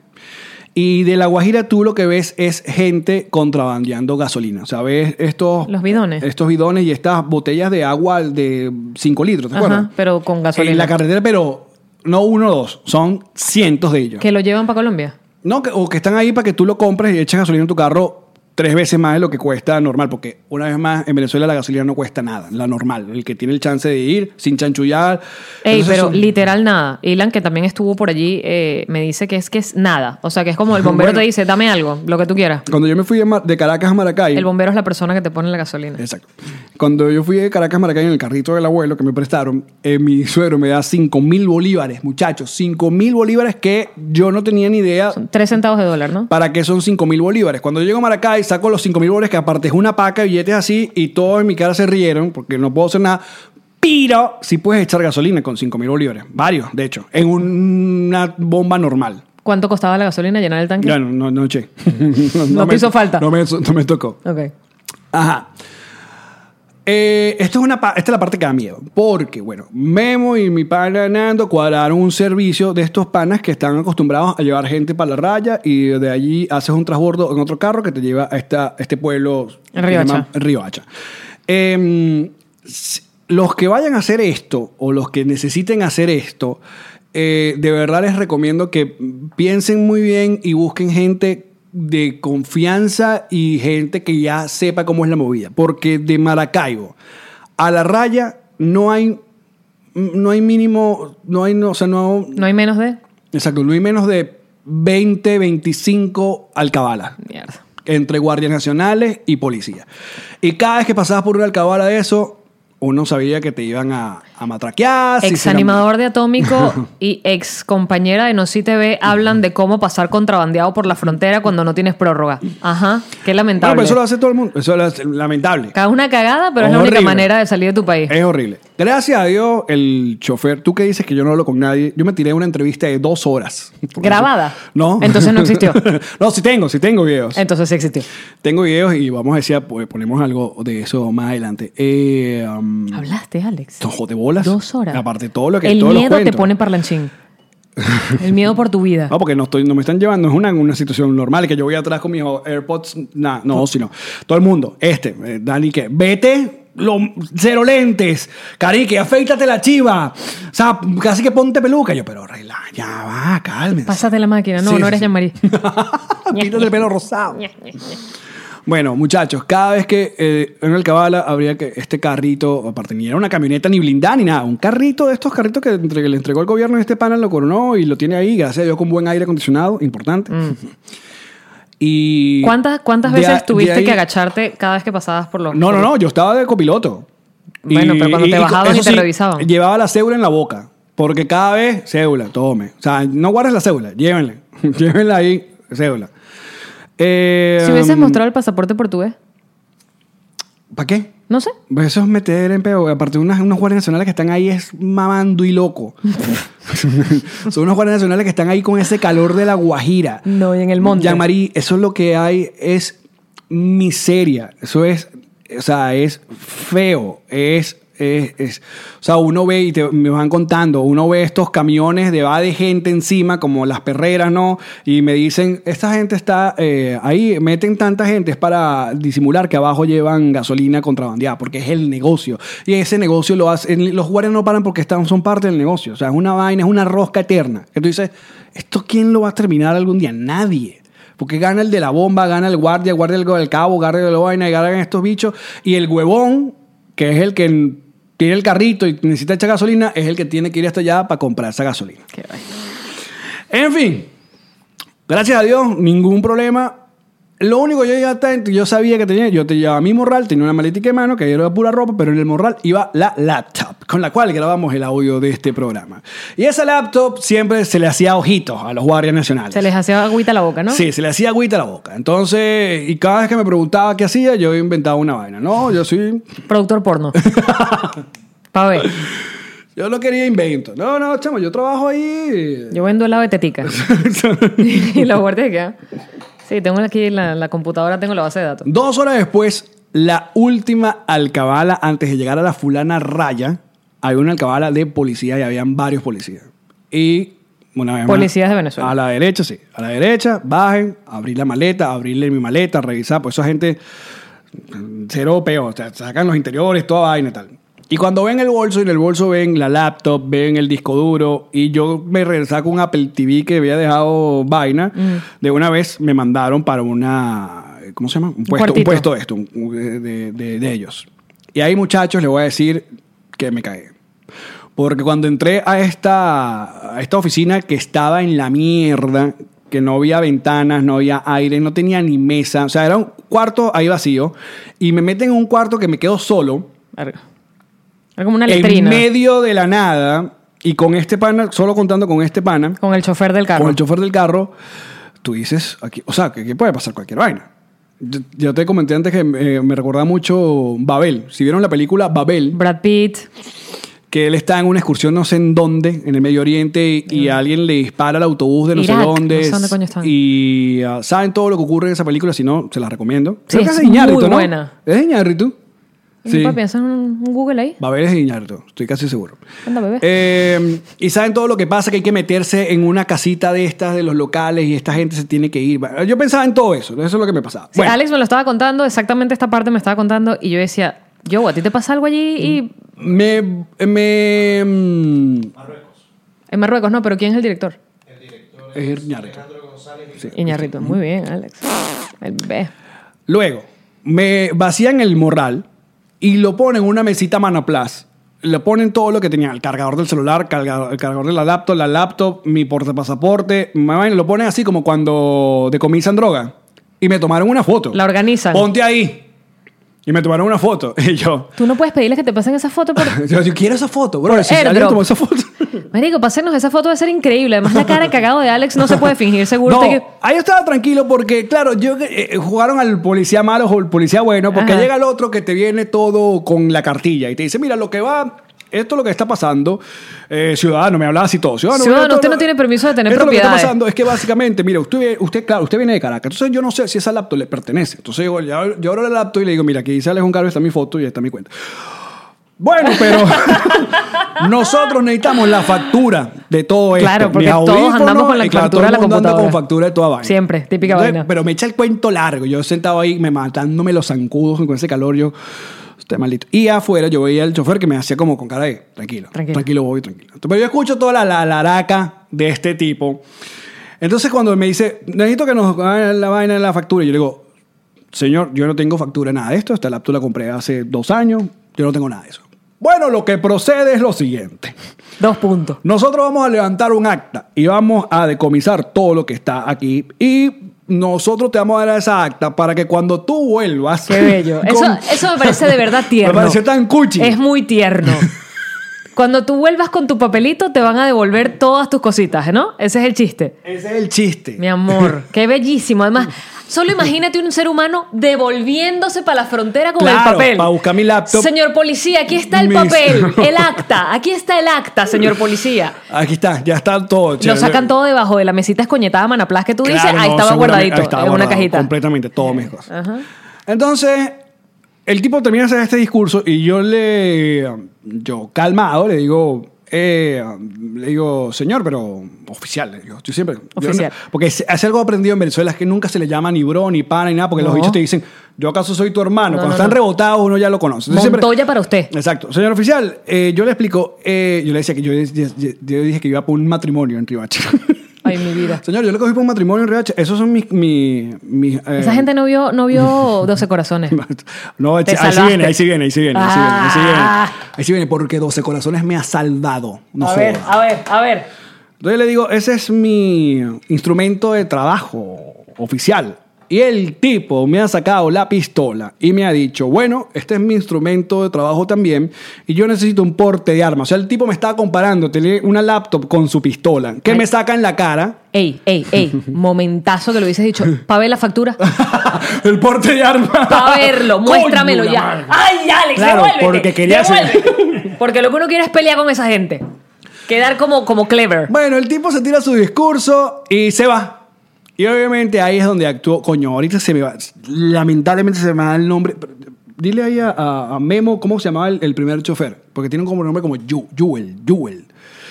Y de la Guajira tú lo que ves es gente contrabandeando gasolina. O sea, ves estos... Los bidones. Estos bidones y estas botellas de agua de cinco litros, ¿te Ajá, acuerdas? pero con gasolina. En la carretera, pero no uno o dos, son cientos de ellos. Que lo llevan para Colombia. No, que, o que están ahí para que tú lo compres y eches gasolina en tu carro tres veces más de lo que cuesta normal, porque una vez más en Venezuela la gasolina no cuesta nada, la normal, el que tiene el chance de ir sin chanchullar. Ey, Entonces pero son- literal nada. Ilan, que también estuvo por allí, eh, me dice que es que es nada. O sea, que es como el bombero Bueno. te dice, dame algo, lo que tú quieras. Cuando yo me fui de, Mar- de Caracas a Maracay, El bombero es la persona que te pone la gasolina. exacto. Cuando yo fui de Caracas a Maracay en el carrito del abuelo que me prestaron, eh, mi suegro me da cinco mil bolívares, muchachos, cinco mil bolívares que yo no tenía ni idea. Son tres centavos de dólar, ¿no? ¿Para qué son cinco mil bolívares? Cuando yo llego a Maracay, saco los cinco mil bolívares, que aparte es una paca de billetes así, y todos en mi cara se rieron, porque no puedo hacer nada. Pero sí puedes echar gasolina con cinco mil bolívares. Varios, de hecho. En una bomba normal. ¿Cuánto costaba la gasolina llenar el tanque? Ya no, no, no eché. No te hizo falta. No me, no me tocó. Ok. Ajá. Eh, esto es una, pa- esta es la parte que da miedo. Porque, bueno, Memo y mi pana Nando cuadraron un servicio de estos panas que están acostumbrados a llevar gente para la raya y de allí haces un transbordo en otro carro que te lleva a esta, este pueblo. En que se Riohacha. llama Riohacha. Eh, si- los que vayan a hacer esto o los que necesiten hacer esto, eh, de verdad les recomiendo que piensen muy bien y busquen gente de confianza y gente que ya sepa cómo es la movida. Porque de Maracaibo a la raya no hay, no hay mínimo, no hay, no, o sea, no, ¿No hay menos de? exacto, no hay menos de veinte, veinticinco alcabalas Mierda. entre guardias nacionales y policía. Y cada vez que pasabas por una alcabala de eso, uno sabía que te iban a, a matraquear. si Ex se la- animador de Atómico y ex compañera de No Si T V hablan de cómo pasar contrabandeado por la frontera cuando no tienes prórroga. Ajá, qué Bueno, lamentable. pero eso lo hace todo el mundo. Eso lo hace- lamentable. Cada una cagada, pero es la Horrible. única manera de salir de tu país. Es horrible. Gracias a Dios, el chofer, tú que dices que yo no hablo con nadie, yo me tiré una entrevista de dos horas. ¿Grabada? No. Entonces no existió. No, sí tengo, sí tengo videos. Entonces sí existió. Tengo videos y vamos a decir, pues, ponemos algo de eso más adelante. Eh, um, Hablaste, Alex. Ojo de bolas. Dos horas. Aparte de todo lo que El todos los miedo te cuentos. pone parlanchín. El miedo por tu vida. No, porque no, estoy, no me están llevando, es una, una situación normal, que yo voy atrás con mis AirPods, nah, no, sino todo el mundo, este, eh, Dani, que vete, lo, cero lentes, carique, afeítate la chiva, o sea, casi que ponte peluca. Yo, pero relaja, ya va, cálmense. Pásate la máquina. No, Sí, no sí, eres sí. Jean-Marie. Quítate el pelo rosado. Bueno, muchachos, cada vez que eh, en el Cabala habría que este carrito, aparte ni era una camioneta ni blindada ni nada, un carrito de estos carritos que entre- le entregó el gobierno y este pana lo coronó y lo tiene ahí, gracias a Dios, con buen aire acondicionado, importante. Y ¿Cuántas, cuántas de veces a- tuviste de ahí- que agacharte cada vez que pasabas por los... No, no, por- no, yo estaba de copiloto. Bueno, pero cuando te bajaban eso y te revisaban. Llevaba la cédula en la boca, porque cada vez, cédula, tome. O sea, no guardes la cédula, llévenle. Llévenla ahí, cédula. Eh, Si hubieses um, mostrado el pasaporte portugués, ¿Para qué? no sé. Pues eso es meter en peo. Aparte, unas, unos guardias nacionales que están ahí es mamando y loco. Son unos guardias nacionales que están ahí con ese calor de la Guajira. No, y en el monte. Jean-Marie, eso es lo que hay, es miseria. Eso es, o sea, es feo. Es, es, es o sea, uno ve y te, me van contando, uno ve estos camiones de va de gente encima, como las perreras, ¿no? Y me dicen, esta gente está eh, ahí, meten tanta gente, es para disimular que abajo llevan gasolina contrabandeada, porque es el negocio. Y ese negocio lo hacen, los guardias no paran porque están, son parte del negocio. O sea, es una vaina, es una rosca eterna. Entonces dices, ¿esto quién lo va a terminar algún día? Nadie. Porque gana el de la bomba, gana el guardia, el guardia del cabo, guardia de la vaina, y ganan estos bichos. Y el huevón, que es el que tiene el carrito y necesita echar gasolina, es el que tiene que ir hasta allá para comprar esa gasolina. Qué vaina. En fin, gracias a Dios, ningún problema. Lo único que yo ya atento, yo sabía que tenía, yo te llevaba mi morral, tenía una maletica de mano que era pura ropa, pero en el morral iba la laptop, con la cual grabamos el audio de este programa. Y esa laptop siempre se le hacía ojitos a los guardias nacionales. Se les hacía agüita la boca, ¿no? Sí, se le hacía agüita a la boca. Entonces, y cada vez que me preguntaba qué hacía, yo inventaba una vaina. No, yo soy... Productor porno. Pa' ver. Yo no quería invento. No, no, chamo, yo trabajo ahí. Yo vendo helado de tetica. Y la guardia queda. Sí, tengo aquí en la, la computadora, tengo la base de datos. Dos horas después, la última alcabala antes de llegar a la fulana raya, había una alcabala de policía y habían varios policías. Y una vez más, Policías de Venezuela. A la derecha, sí. A la derecha, bajen, abrir la maleta, abrirle mi maleta, revisar. Pues esa gente, cero peor. O sea, sacan los interiores, toda vaina y tal. Y cuando ven el bolso, y en el bolso ven la laptop, ven el disco duro, y yo me regresaba con un Apple T V que había dejado vaina, mm. de una vez me mandaron para una, ¿cómo se llama? Un puesto, un, un puesto de esto, un, de, de, de ellos. Y ahí, muchachos, les voy a decir que me cagué. Porque cuando entré a esta, a esta oficina que estaba en la mierda, que no había ventanas, no había aire, no tenía ni mesa, o sea, era un cuarto ahí vacío, y me meten en un cuarto que me quedo solo. Era como una letrina. En medio de la nada, y con este pana, solo contando con este pana. Con el chofer del carro. Con el chofer del carro, tú dices, aquí, o sea, que aquí puede pasar cualquier vaina. Yo, yo te comenté antes que eh, me recordaba mucho Babel. Si vieron la película Babel. Brad Pitt. Que él está en una excursión no sé en dónde, en el Medio Oriente, y, y alguien le dispara al autobús de no Irak, sé dónde. No sé dónde coño están. Y uh, saben todo lo que ocurre en esa película, si no, se la recomiendo. Sí, Creo que es es de Iñárritu, muy ¿no? buena. ¿Es de Iñárritu? Sí. Papi, ¿hacen un Google ahí? Babel es de Iñárritu, estoy casi seguro. Anda, bebé. Eh, y saben todo lo que pasa, que hay que meterse en una casita de estas de los locales y esta gente se tiene que ir. Yo pensaba en todo eso, eso es lo que me pasaba. Sí, Bueno. Alex me lo estaba contando, exactamente esta parte me estaba contando y yo decía, yo, ¿a ti te pasa algo allí? Y... Me... me Marruecos. En Marruecos, no, pero ¿quién es el director? El director es Iñárritu. Alejandro González. Sí. Iñárritu. Muy bien, Alex. El bebé. Luego, me vacían el morral y lo ponen en una mesita Manoplas. Le ponen todo lo que tenía, el cargador del celular, cargador, el cargador de la laptop, la laptop, mi portapasaporte, lo ponen así como cuando decomisan droga. Y me tomaron una foto. La organizan. Ponte ahí. Y me tomaron una foto. Y yo... Tú no puedes pedirles que te pasen esa foto por... yo, yo quiero esa foto, bro. Por Si alguien airdrop. tomó esa foto... Marico, pásenos esa foto, debe ser increíble. Además, la cara de cagado de Alex no se puede fingir, seguro. No, que... ahí yo estaba tranquilo porque, claro, yo eh, jugaron al policía malo o el policía bueno, porque Ajá. llega el otro que te viene todo con la cartilla y te dice, mira, lo que va... Esto es lo que está pasando. Eh, ciudadano, me hablaba así todo. Ciudadano, Ciudadano, mira, usted todo no tiene permiso de tener esto propiedades. Lo que está pasando es que básicamente, mira, usted, usted, claro, usted viene de Caracas. Entonces yo no sé si esa laptop le pertenece. Entonces yo, yo, yo abro la laptop y le digo, mira, aquí dice Alex Carlos, está mi foto y está mi cuenta. Bueno, pero nosotros necesitamos la factura de todo esto. Claro, porque Mis todos audífonos, andamos con la y claro, factura de la todo el mundo anda computadora. con factura de toda vaina. Siempre, típica Entonces, vaina. Pero me echa el cuento largo. Yo sentado ahí, me matándome los zancudos con ese calor, yo... Usted maldito. Y afuera yo veía al chofer que me hacía como con cara de tranquilo, Tranquilo. tranquilo, voy, tranquilo. Pero yo escucho toda la, la, la araca de este tipo. Entonces cuando me dice, necesito que nos hagan la vaina de la factura, yo le digo, señor, yo no tengo factura de nada de esto. Esta laptop la compré hace dos años, yo no tengo nada de eso. Bueno, lo que procede es lo siguiente. Dos puntos. Nosotros vamos a levantar un acta y vamos a decomisar todo lo que está aquí y nosotros te vamos a dar esa acta para que cuando tú vuelvas... Qué bello. Eso, con- eso me parece de verdad tierno. Me pareció tan cuchi. Es muy tierno. Cuando tú vuelvas con tu papelito, te van a devolver todas tus cositas, ¿no? Ese es el chiste. Ese es el chiste. Mi amor, qué bellísimo. Además, solo imagínate un ser humano devolviéndose para la frontera con Claro, el papel. para buscar mi laptop. Señor policía, aquí está el Mis- papel, el acta. Aquí está el acta, señor policía. Aquí está, ya está todo. Lo chévere. sacan todo debajo de la mesita escoñetada Manaplas que tú dices. Claro, Ahí no, estaba seguramente, guardadito ahí estaba en una guardado cajita. Completamente, todas mis cosas. Ajá. Entonces, el tipo termina de hacer este discurso y yo le... Yo, calmado, le digo... Eh, le digo, señor, pero oficial, le digo, yo siempre... yo Oficial. no- porque es, es algo aprendido en Venezuela, es que nunca se le llama ni bro, ni pana, ni nada, porque No. los bichos te dicen, yo acaso soy tu hermano. No, Cuando no, están no. rebotados, uno ya lo conoce. Entonces, siempre- Montoya para usted. Exacto. Señor oficial, eh, yo le explico, eh, yo le decía que yo, yo- yo- yo dije que iba por un matrimonio en Ribache. Ay, mi vida. Señor, yo le cogí por un matrimonio en Ribache. Esos son mis... mis, mis, eh, Esa gente no vio, no vio doce corazones. No, Te ahí sí salvaste. viene, ahí sí viene, ahí sí viene, ahí sí viene, ahí sí viene. Ah. Ahí sí viene, porque doce corazones me ha salvado. No a ver, jodas. a ver, a ver. Entonces le digo, ese es mi instrumento de trabajo oficial. Y el tipo me ha sacado la pistola y me ha dicho, bueno, este es mi instrumento de trabajo también y yo necesito un porte de arma. O sea, el tipo me estaba comparando, tenía una laptop con su pistola, que Ay. me saca en la cara. Ey, ey, ey. Momentazo que lo hubieses dicho. ¿Pa' ver la factura? El porte de arma. Pa' verlo, muéstramelo Coño, la ya. madre. ¡Ay, Alex, Claro, devuélvete! porque quería hacer- devuélvete. Porque lo que uno quiere es pelear con esa gente. Quedar como, como clever. Bueno, el tipo se tira su discurso y se va. Y obviamente ahí es donde actuó. Coño, ahorita se me va. Lamentablemente se me da el nombre. Pero dile ahí a, a- a Memo cómo se llamaba el, el primer chofer. Porque tiene como nombre como Yu- Jewel. Jewel.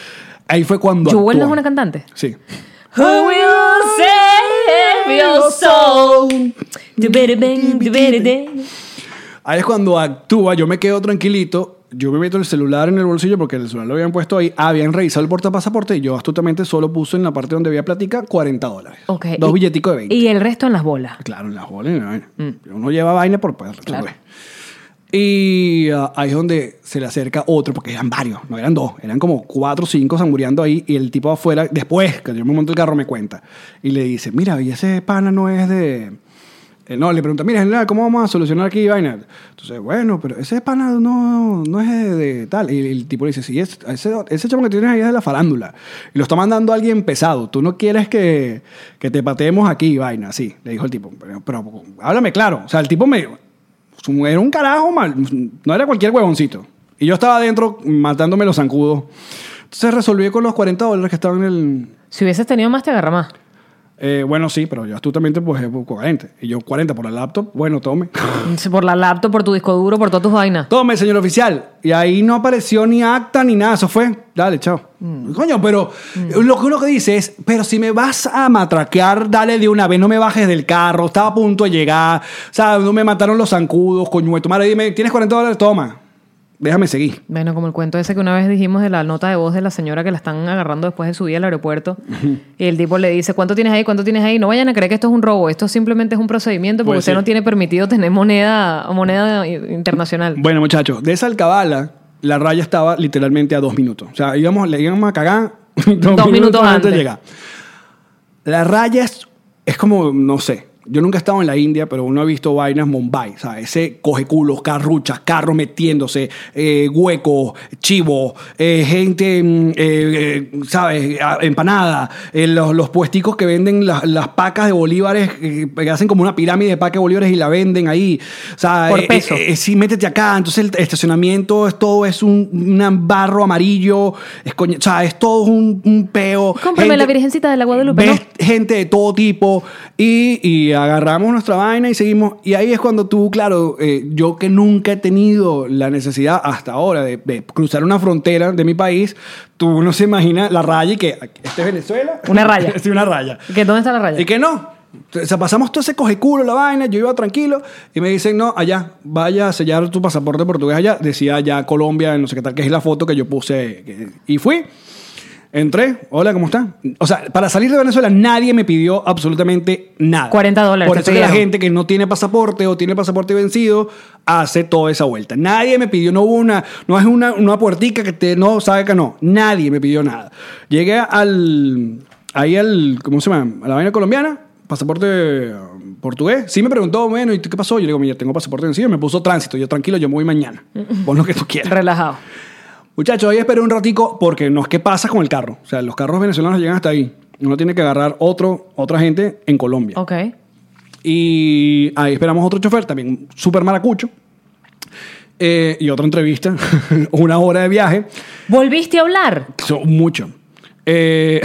Ahí fue cuando. ¿Jewel no es actuó. una cantante? Sí. Who will save your soul? Du-be-de-bing, du-be-de-de. Ahí es cuando actúa. Yo me quedo tranquilito. Yo me meto el celular en el bolsillo porque el celular lo habían puesto ahí. Habían revisado el portapasaporte y yo astutamente solo puse en la parte donde había platica cuarenta dólares. Ok. Dos Y- billeticos de veinte. Y el resto en las bolas. Claro, en las bolas y en la vaina. Uno lleva vaina por poder Claro. resolver. Y ah, ahí es donde se le acerca otro, porque eran varios, no eran dos, eran como cuatro o cinco zambureando ahí. Y el tipo afuera, después que yo me monto el carro, me cuenta. Y le dice: Mira, y ese pana no es de. Eh, no, le pregunta: Mira, general, ¿cómo vamos a solucionar aquí vaina? Entonces, bueno, pero ese pana no, no es de, de tal. Y el tipo le dice: Sí, es, ese, ese chamo que tienes ahí es de la farándula. Y lo está mandando a alguien pesado. Tú no quieres que, que te pateemos aquí, vaina. Sí, le dijo el tipo. Pero, pero háblame claro. O sea, el tipo me. Era un carajo mal. No era cualquier huevoncito. Y yo estaba adentro matándome los zancudos. Entonces resolví con los cuarenta dólares que estaban en el. Si hubieses tenido más, te agarra más. Eh, bueno, sí, pero yo astutamente pues es cuarenta. Y yo cuarenta por la laptop. Bueno, tome. Por la laptop, por tu disco duro, por todas tus vainas. Tome, señor oficial. Y ahí no apareció ni acta ni nada. Eso fue. Dale, chao. Coño, pero lo que uno que dice es, pero si me vas a matraquear, dale de una vez. No me bajes del carro. Estaba a punto de llegar. O sea, no me mataron los zancudos. Coño, de tu madre, dime, ¿tienes cuarenta dólares? Toma. Déjame seguir. Bueno, como el cuento ese que una vez dijimos de la nota de voz de la señora que la están agarrando después de subir al aeropuerto. Y el tipo le dice, ¿cuánto tienes ahí? ¿Cuánto tienes ahí? No vayan a creer que esto es un robo. Esto simplemente es un procedimiento porque Pues usted sí. no tiene permitido tener moneda, moneda internacional. Bueno, muchachos, de esa alcabala, la raya estaba literalmente a dos minutos. O sea, íbamos, le íbamos a cagar dos, minutos antes. de llegar. La raya es, es como, no sé, yo nunca he estado en la India, pero uno ha visto vainas Mumbai, o sea, ese coge culos, carruchas, carros metiéndose, eh, huecos, chivos, eh, gente, mm, eh, eh, ¿sabes? Ah, empanada, eh, los, los puesticos que venden las, las pacas de bolívares, eh, que hacen como una pirámide de pacas de bolívares y la venden ahí. O sea, Por eh, peso. eh, eh, sí, métete acá. Entonces el estacionamiento es todo, es un, un barro amarillo, es, coño, o sea, es todo un, un peo. Cómprame Gente- la Virgencita de la Guadalupe, ves ¿no? gente de todo tipo y, y agarramos nuestra vaina y seguimos. Y ahí es cuando tú, claro, eh, yo que nunca he tenido la necesidad hasta ahora de, de cruzar una frontera de mi país, tú no se imagina la raya y que este es Venezuela. Una raya. Sí, una raya. ¿Que ¿Dónde está la raya? Y que no. O sea, pasamos todo ese coge culo, la vaina, yo iba tranquilo y me dicen, no, allá, vaya a sellar tu pasaporte portugués allá. Decía allá Colombia, no sé qué tal, que es la foto que yo puse. que- Y fui. Entré, hola, ¿cómo está? O sea, para salir de Venezuela nadie me pidió absolutamente nada. cuarenta dólares Por te eso que la pidieron. gente que no tiene pasaporte o tiene pasaporte vencido hace toda esa vuelta. Nadie me pidió, no hubo una, no es una, una puertica que te, no sabe que no. Nadie me pidió nada. Llegué al, ahí al, ¿cómo se llama? A la vaina colombiana, pasaporte um, portugués. Sí me preguntó, bueno, ¿y tú qué pasó? Yo le digo, mira, tengo pasaporte vencido. Me puso tránsito. Yo, tranquilo, yo me voy mañana. Pon lo que tú quieras. Relajado. Muchachos, hoy esperé un ratico porque no es que pasa con el carro. O sea, los carros venezolanos llegan hasta ahí. Uno tiene que agarrar otro, otra gente en Colombia. Ok. Y ahí esperamos otro chofer, también súper maracucho. Eh, y otra entrevista, una hora de viaje. ¿Volviste a hablar? Son mucho. Eh,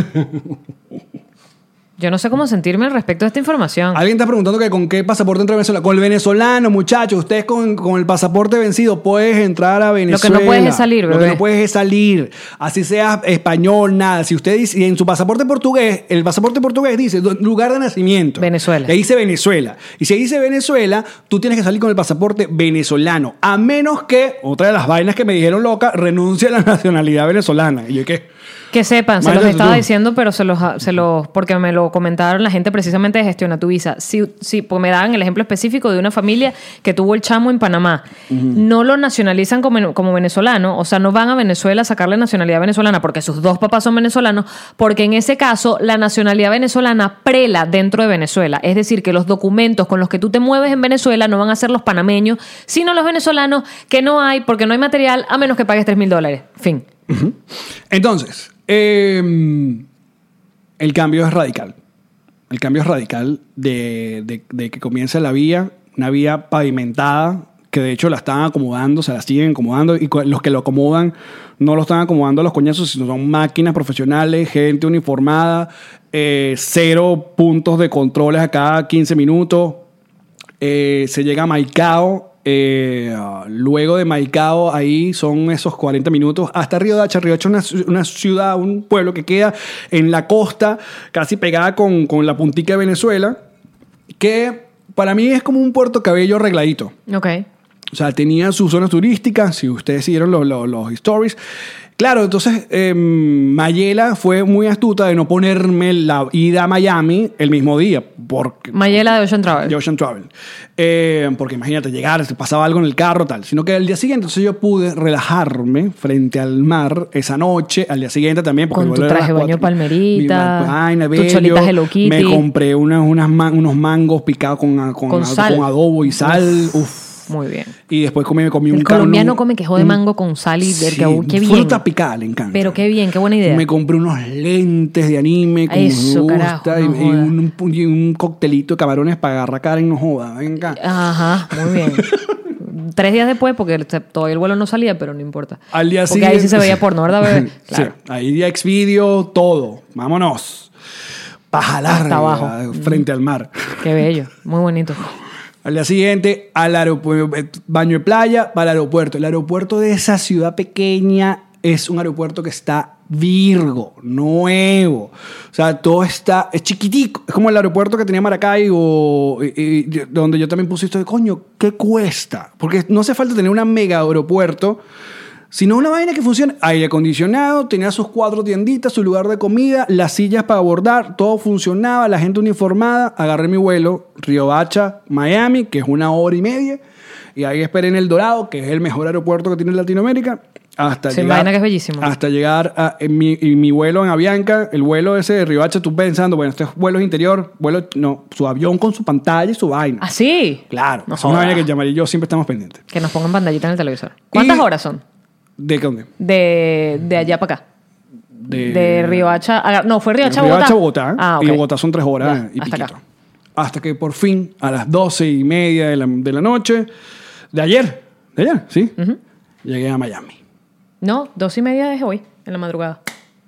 Yo no sé cómo sentirme al respecto de esta información. Alguien está preguntando que con qué pasaporte entra a Venezuela. Con el venezolano, muchachos. Ustedes con, con el pasaporte vencido puedes entrar a Venezuela. Lo que no puedes es salir, bebé. Lo que no puedes es salir. Así sea español, nada. Si usted dice, y en su pasaporte portugués, el pasaporte portugués dice lugar de nacimiento. Venezuela. Y ahí dice Venezuela. Y si ahí dice Venezuela, tú tienes que salir con el pasaporte venezolano. A menos que, otra de las vainas que me dijeron loca, renuncie a la nacionalidad venezolana. Y yo, ¿qué? Que sepan, se Imagínate los estaba tú. diciendo, pero se los, se los, porque me lo comentaron la gente precisamente de Gestiona tu Visa. Sí, sí, pues me daban el ejemplo específico de una familia que tuvo el chamo en Panamá. Uh-huh. No lo nacionalizan como, como venezolano, o sea, no van a Venezuela a sacarle nacionalidad venezolana porque sus dos papás son venezolanos, porque en ese caso la nacionalidad venezolana prela dentro de Venezuela. Es decir, que los documentos con los que tú te mueves en Venezuela no van a ser los panameños, sino los venezolanos, que no hay, porque no hay material, a menos que pagues tres mil dólares. Fin. Uh-huh. Entonces... Eh, el cambio es radical. El cambio es radical de, de, de que comienza la vía, una vía pavimentada, que de hecho la están acomodando, se la siguen acomodando, y los que lo acomodan no lo están acomodando a los coñazos, sino son máquinas profesionales, gente uniformada, eh, cero puntos de controles a cada quince minutos. Eh, se llega a Maicao. Eh, luego de Maicao, ahí son esos cuarenta minutos hasta Riohacha. Riohacha es una, una ciudad, un pueblo que queda en la costa, casi pegada con, con la puntica de Venezuela, que para mí es como un Puerto Cabello arregladito. Ok. O sea, tenía sus zonas turísticas, si ustedes siguieron los, los, los stories. Claro, entonces eh, Mayela fue muy astuta de no ponerme la ida a Miami el mismo día. Porque, Mayela de Ocean Travel. De Ocean Travel. Eh, porque imagínate, llegar, se pasaba algo en el carro, tal. Sino que al día siguiente, entonces yo pude relajarme frente al mar esa noche, al día siguiente también. Porque con tu traje baño palmerita, vaina, tu cholita Hello Kitty. Me compré unas, unas man, unos mangos picados con, con, con, con, con adobo y sal. Uf. Uf. Muy bien. Y después comí, me comí el un El colombiano un, come quejo de mango con sal y ver, sí, qué bien. Fruta picada, le encanta. Pero qué bien, qué buena idea. Me compré unos lentes de anime como Eso, me gusta. carajo, y, no y, un, y un coctelito de camarones para agarrar Karen, no joda. Venga. Ajá, muy bien. Tres días después, porque todavía el vuelo no salía, pero no importa. Al día porque siguiente. Ahí sí se veía porno, ¿verdad, bebé? Claro. Sí, ahí día Xvideo, todo. Vámonos. Paja larga. Hasta abajo. Frente al mar. Qué bello, muy bonito. Al día siguiente, al aeropuerto, baño de playa, para el aeropuerto. El aeropuerto de esa ciudad pequeña es un aeropuerto que está virgo, nuevo. O sea, todo está, es chiquitico. Es como el aeropuerto que tenía Maracaibo, y, y, donde yo también puse esto de, coño, ¿qué cuesta? Porque no hace falta tener un mega aeropuerto, sino una vaina que funcione. Aire acondicionado, tenía sus cuatro tienditas, su lugar de comida, las sillas para abordar, todo funcionaba, la gente uniformada. Agarré mi vuelo, Riohacha, Miami, que es una hora y media, y ahí esperé en El Dorado, que es el mejor aeropuerto que tiene Latinoamérica, hasta Se llegar, imagina que es bellísimo. Hasta llegar a en mi, en mi vuelo en Avianca, el vuelo ese de Riohacha, tú pensando, bueno, este vuelo es interior, vuelo, no, su avión con su pantalla y su vaina. ¿Ah, sí? Claro, No es una joda. vaina que Yamari y yo siempre estamos pendientes. Que nos pongan pantallita en el televisor. ¿Cuántas Y- horas son? ¿De dónde? De, de allá para acá. De, De Riohacha. a- No, fue Riohacha a Riohacha Bogotá. a Bogotá. Ah, ok. Y Bogotá son tres horas Ya, y hasta piquito. acá. Hasta que por fin, a las doce y media de la, de la noche, de ayer, de ayer, ¿sí? Ujú. Llegué a Miami. No, dos y media es hoy, en la madrugada.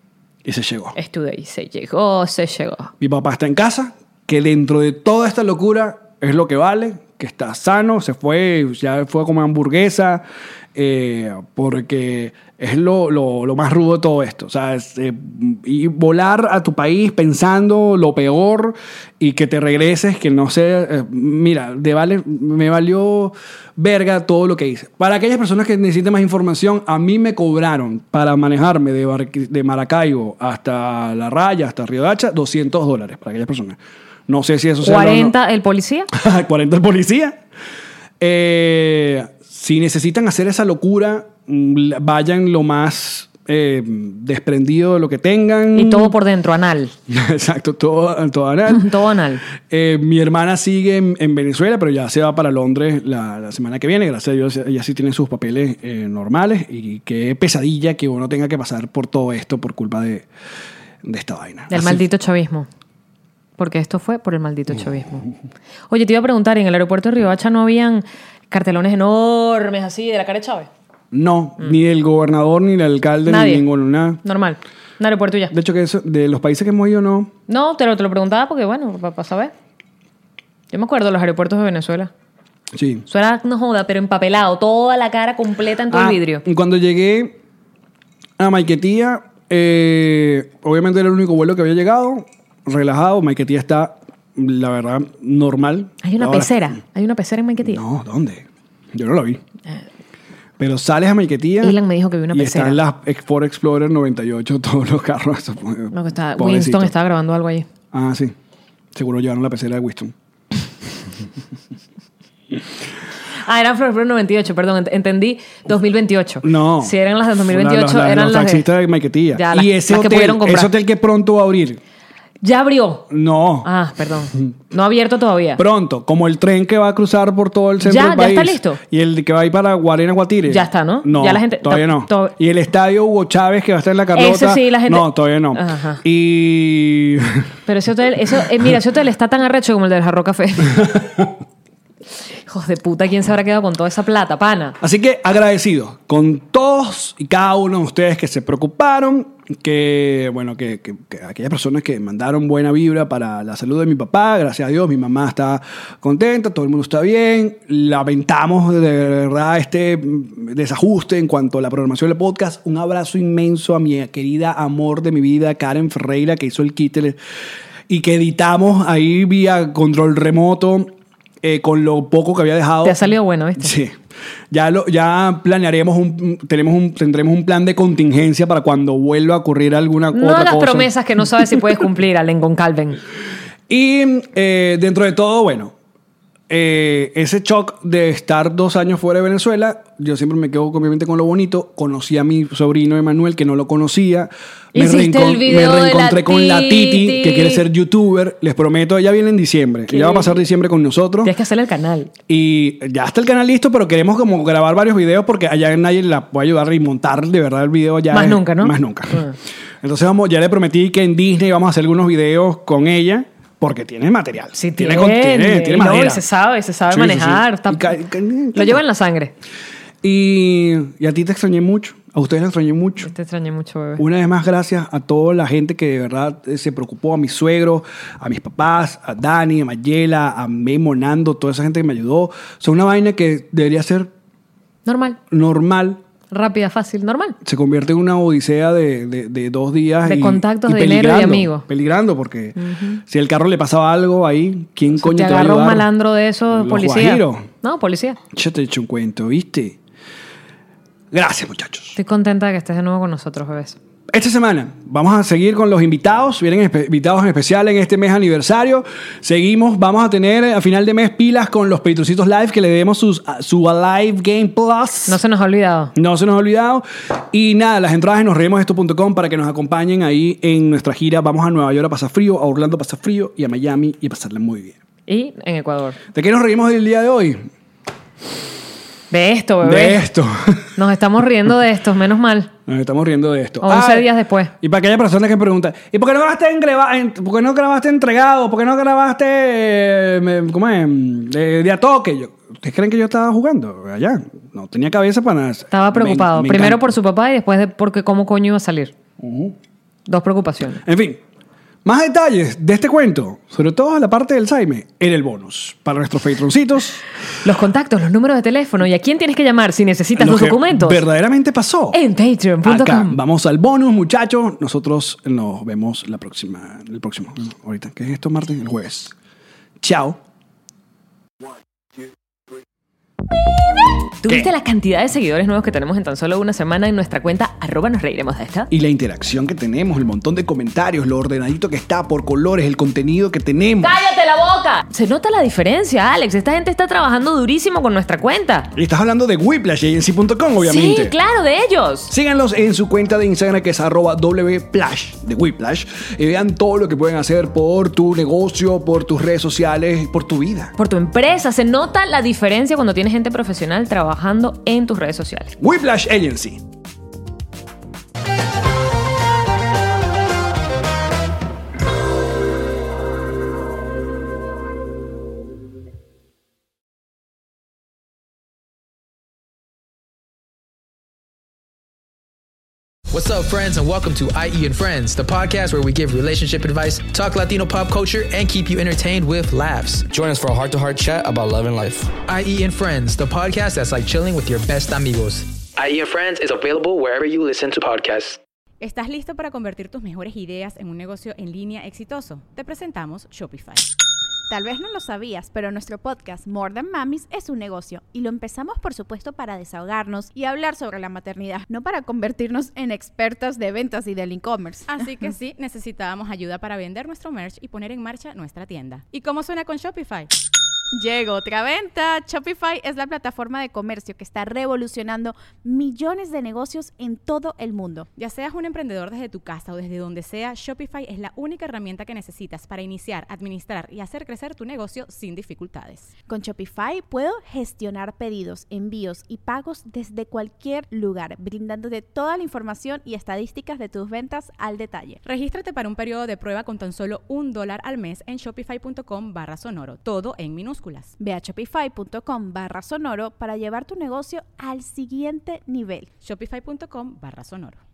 Y se llegó. Es today. Se llegó, se llegó. Mi papá está en casa, que dentro de toda esta locura es lo que vale, que está sano, se fue, ya fue a comer hamburguesa, eh, porque es lo, lo, lo más rudo de todo esto. O sea, es, eh, y volar a tu país pensando lo peor y que te regreses, que no sé, eh, mira, de vale, me valió verga todo lo que hice. Para aquellas personas que necesiten más información, a mí me cobraron para manejarme de, Bar- de Maracaibo hasta La Raya, hasta Riohacha, doscientos dólares para aquellas personas. No sé si eso sea... ¿cuarenta el policía? cuarenta el policía. Eh, si necesitan hacer esa locura, mm, vayan lo más eh, desprendido de lo que tengan. Y todo por dentro, anal. Exacto, todo, todo anal. Todo anal. Eh, mi hermana sigue en, en Venezuela, pero ya se va para Londres la, la semana que viene. Gracias a Dios, ella sí tiene sus papeles eh, normales. Y qué pesadilla que uno tenga que pasar por todo esto por culpa de, de esta vaina. Del Así- maldito chavismo. Porque esto fue por el maldito chavismo. Oye, te iba a preguntar, ¿en el aeropuerto de Riohacha no habían cartelones enormes así de la cara de Chávez? No, ni el gobernador, ni el alcalde, Nadie. ni ninguno, nada. Normal. Un aeropuerto y ya. De hecho, que eso, de los países que hemos ido, no. No, te lo, te lo preguntaba porque, bueno, para saber. Yo me acuerdo de los aeropuertos de Venezuela. Sí. Eso era, no joda, pero empapelado. Toda la cara completa en todo Ah, el vidrio. y cuando llegué a Maiquetía, eh, obviamente era el único vuelo que había llegado, relajado. Maiquetía está, la verdad, normal. Hay una Ahora- pecera. Hay una pecera en Maiquetía. No, ¿dónde? Yo no la vi. Pero sales a Maiquetía Ilan me dijo que vi una y pecera. están las Ford Explorer noventa y ocho, todos los carros. Eso, No, que está, pobrecito. Winston estaba grabando algo allí. Ah, sí. Seguro llevaron la pecera de Winston. Ah, eran Ford Explorer noventa y ocho, perdón, ent- entendí dos mil veintiocho. No. Si eran las de dos mil veintiocho, La- la- la- eran los las taxistas de... de Maiquetía. Ya, y las- ese las que hotel, pudieron comprar. ese hotel que pronto va a abrir. Ya abrió. No. Ah, perdón. No ha abierto todavía. Pronto, como el tren que va a cruzar por todo el centro Ya, del ya país. está listo. Y el que va a ir para Guarena Guatire. Ya está, ¿no? No, Ya la gente- todavía to- no. to- Y el estadio Hugo Chávez que va a estar en la Carlota. Ese sí, la gente- No, todavía no. Ajá. Y... Pero ese hotel, eso, eh, mira, ese hotel está tan arrecho como el del Jarro Café. Hijos de puta, ¿quién se habrá quedado con toda esa plata, pana? Así que agradecido con todos y cada uno de ustedes que se preocuparon, que, bueno, que, que, que aquellas personas que mandaron buena vibra para la salud de mi papá, gracias a Dios, mi mamá está contenta, todo el mundo está bien. Lamentamos de verdad este desajuste en cuanto a la programación del podcast. Un abrazo inmenso a mi querida amor de mi vida, Karen Ferreira, que hizo el kit y que editamos ahí vía control remoto. Eh, con lo poco que había dejado. Te ha salido bueno, ¿viste? Sí. Ya, lo, ya planearemos un, tenemos un, tendremos un plan de contingencia para cuando vuelva a ocurrir alguna No otra hagas cosa. promesas que no sabes si puedes cumplir, Allen con Calvin. Y eh, dentro de todo, bueno, eh, ese shock de estar dos años fuera de Venezuela, yo siempre me quedo obviamente con lo bonito. Conocí a mi sobrino Emanuel, que no lo conocía. Me, Hiciste reencon- el video me de la reencontré con la Titi, Titi. que quiere ser youtuber. Les prometo, ella viene en diciembre. ¿Qué? Ella va a pasar diciembre con nosotros. Tienes que hacer el canal. Y ya está el canal listo, pero queremos como grabar varios videos porque allá nadie la puede ayudar a montar de verdad el video ya. Más es- nunca, ¿no? Más nunca. Ah. Entonces vamos, ya le prometí que en Disney vamos a hacer algunos videos con ella porque tiene material. Sí, tiene, tiene. con- tiene, tiene No, madera. y se sabe, se sabe Sí, sí, manejar. sí. está- Y ca- ca- Lo lleva en la sangre. Y, y a ti te extrañé mucho. A ustedes les extrañé mucho. Te extrañé mucho, bebé. Una vez más, gracias a toda la gente que de verdad eh, se preocupó, a mis suegros, a mis papás, a Dani, a Mayela, a Memo, Nando, toda esa gente que me ayudó. Son una vaina que debería ser Normal. normal. Rápida, fácil, normal. Se convierte en una odisea de, de- de dos días. De y- contactos, y de dinero y de peligrando, amigos. Peligrando, porque si el carro le pasaba algo ahí, ¿quién coño Te te va a agarra un ayudar? malandro de esos, Los policía. guajiros. No, policía. Yo te he hecho un cuento, ¿viste? Gracias, muchachos. Estoy contenta de que estés de nuevo con nosotros, bebés. Esta semana vamos a seguir con los invitados. Vienen espe- invitados en especial en este mes aniversario. Seguimos, vamos a tener a final de mes pilas con los Patroncitos Live que le demos sus, a- su Alive Game Plus. No se nos ha olvidado. No se nos ha olvidado. Y nada, las entradas en nos reímos esto punto com para que nos acompañen ahí en nuestra gira. Vamos a Nueva York a pasar frío, a Orlando a pasar frío y a Miami y a pasarla muy bien. Y en Ecuador. ¿De qué nos reímos el día de hoy? De esto, bebé. De esto. Nos estamos riendo de esto, menos mal. Nos estamos riendo de esto. once Ah, días después. Y para aquellas personas que preguntan, ¿y por qué no grabaste, en graba- en- por qué no grabaste entregado? ¿Por qué no grabaste, eh, me- ¿cómo es? De, de a toque. Yo, ¿Ustedes creen que yo estaba jugando allá? No tenía cabeza para nada. Estaba preocupado. Me- me Primero encanta. por su papá y después de porque cómo coño iba a salir. Dos preocupaciones. En fin, más detalles de este cuento, sobre todo la parte del Saime, en el bonus. Para nuestros patroncitos. Los contactos, los números de teléfono y a quién tienes que llamar si necesitas lo los que documentos. verdaderamente pasó. En patreon punto Acá, com. vamos al bonus, muchachos. Nosotros nos vemos la próxima, el próximo, ahorita. ¿Qué es esto, martes? El jueves. Chao. ¿Tuviste la cantidad de seguidores nuevos que tenemos en tan solo una semana en nuestra cuenta arroba nos reiremos de esta? Y la interacción que tenemos, el montón de comentarios, lo ordenadito que está por colores, el contenido que tenemos. ¡Cállate la boca! Se nota la diferencia, Alex. Esta gente está trabajando durísimo con nuestra cuenta. Y estás hablando de whiplash agency punto com, obviamente. Sí, claro, de ellos. Síganlos en su cuenta de Instagram, que es arroba wplash, de Whiplash, y vean todo lo que pueden hacer por tu negocio, por tus redes sociales, por tu vida. Por tu empresa. Se nota la diferencia cuando tienes gente profesional trabajando en tus redes sociales. Whiplash Agency. What's up, friends, and welcome to I E and Friends, the podcast where we give relationship advice, talk Latino pop culture, and keep you entertained with laughs. Join us for a heart-to-heart chat about love and life. I E and Friends, the podcast that's like chilling with your best amigos. I E and Friends is available wherever you listen to podcasts. ¿Estás listo para convertir tus mejores ideas en un negocio en línea exitoso? Te presentamos Shopify. Tal vez no lo sabías, pero nuestro podcast More Than Mamis es un negocio y lo empezamos por supuesto para desahogarnos y hablar sobre la maternidad, no para convertirnos en expertas de ventas y del e-commerce. Así que sí, necesitábamos ayuda para vender nuestro merch y poner en marcha nuestra tienda. ¿Y cómo suena con Shopify? Llegó otra venta. Shopify es la plataforma de comercio que está revolucionando millones de negocios en todo el mundo. Ya seas un emprendedor desde tu casa o desde donde sea, Shopify es la única herramienta que necesitas para iniciar, administrar y hacer crecer tu negocio sin dificultades. Con Shopify puedo gestionar pedidos, envíos y pagos desde cualquier lugar, brindándote toda la información y estadísticas de tus ventas al detalle. Regístrate para un periodo de prueba con tan solo un dólar al mes en shopify.com barra sonoro, todo en minúsculas. Ve a shopify.com barra sonoro para llevar tu negocio al siguiente nivel. Shopify.com barra sonoro.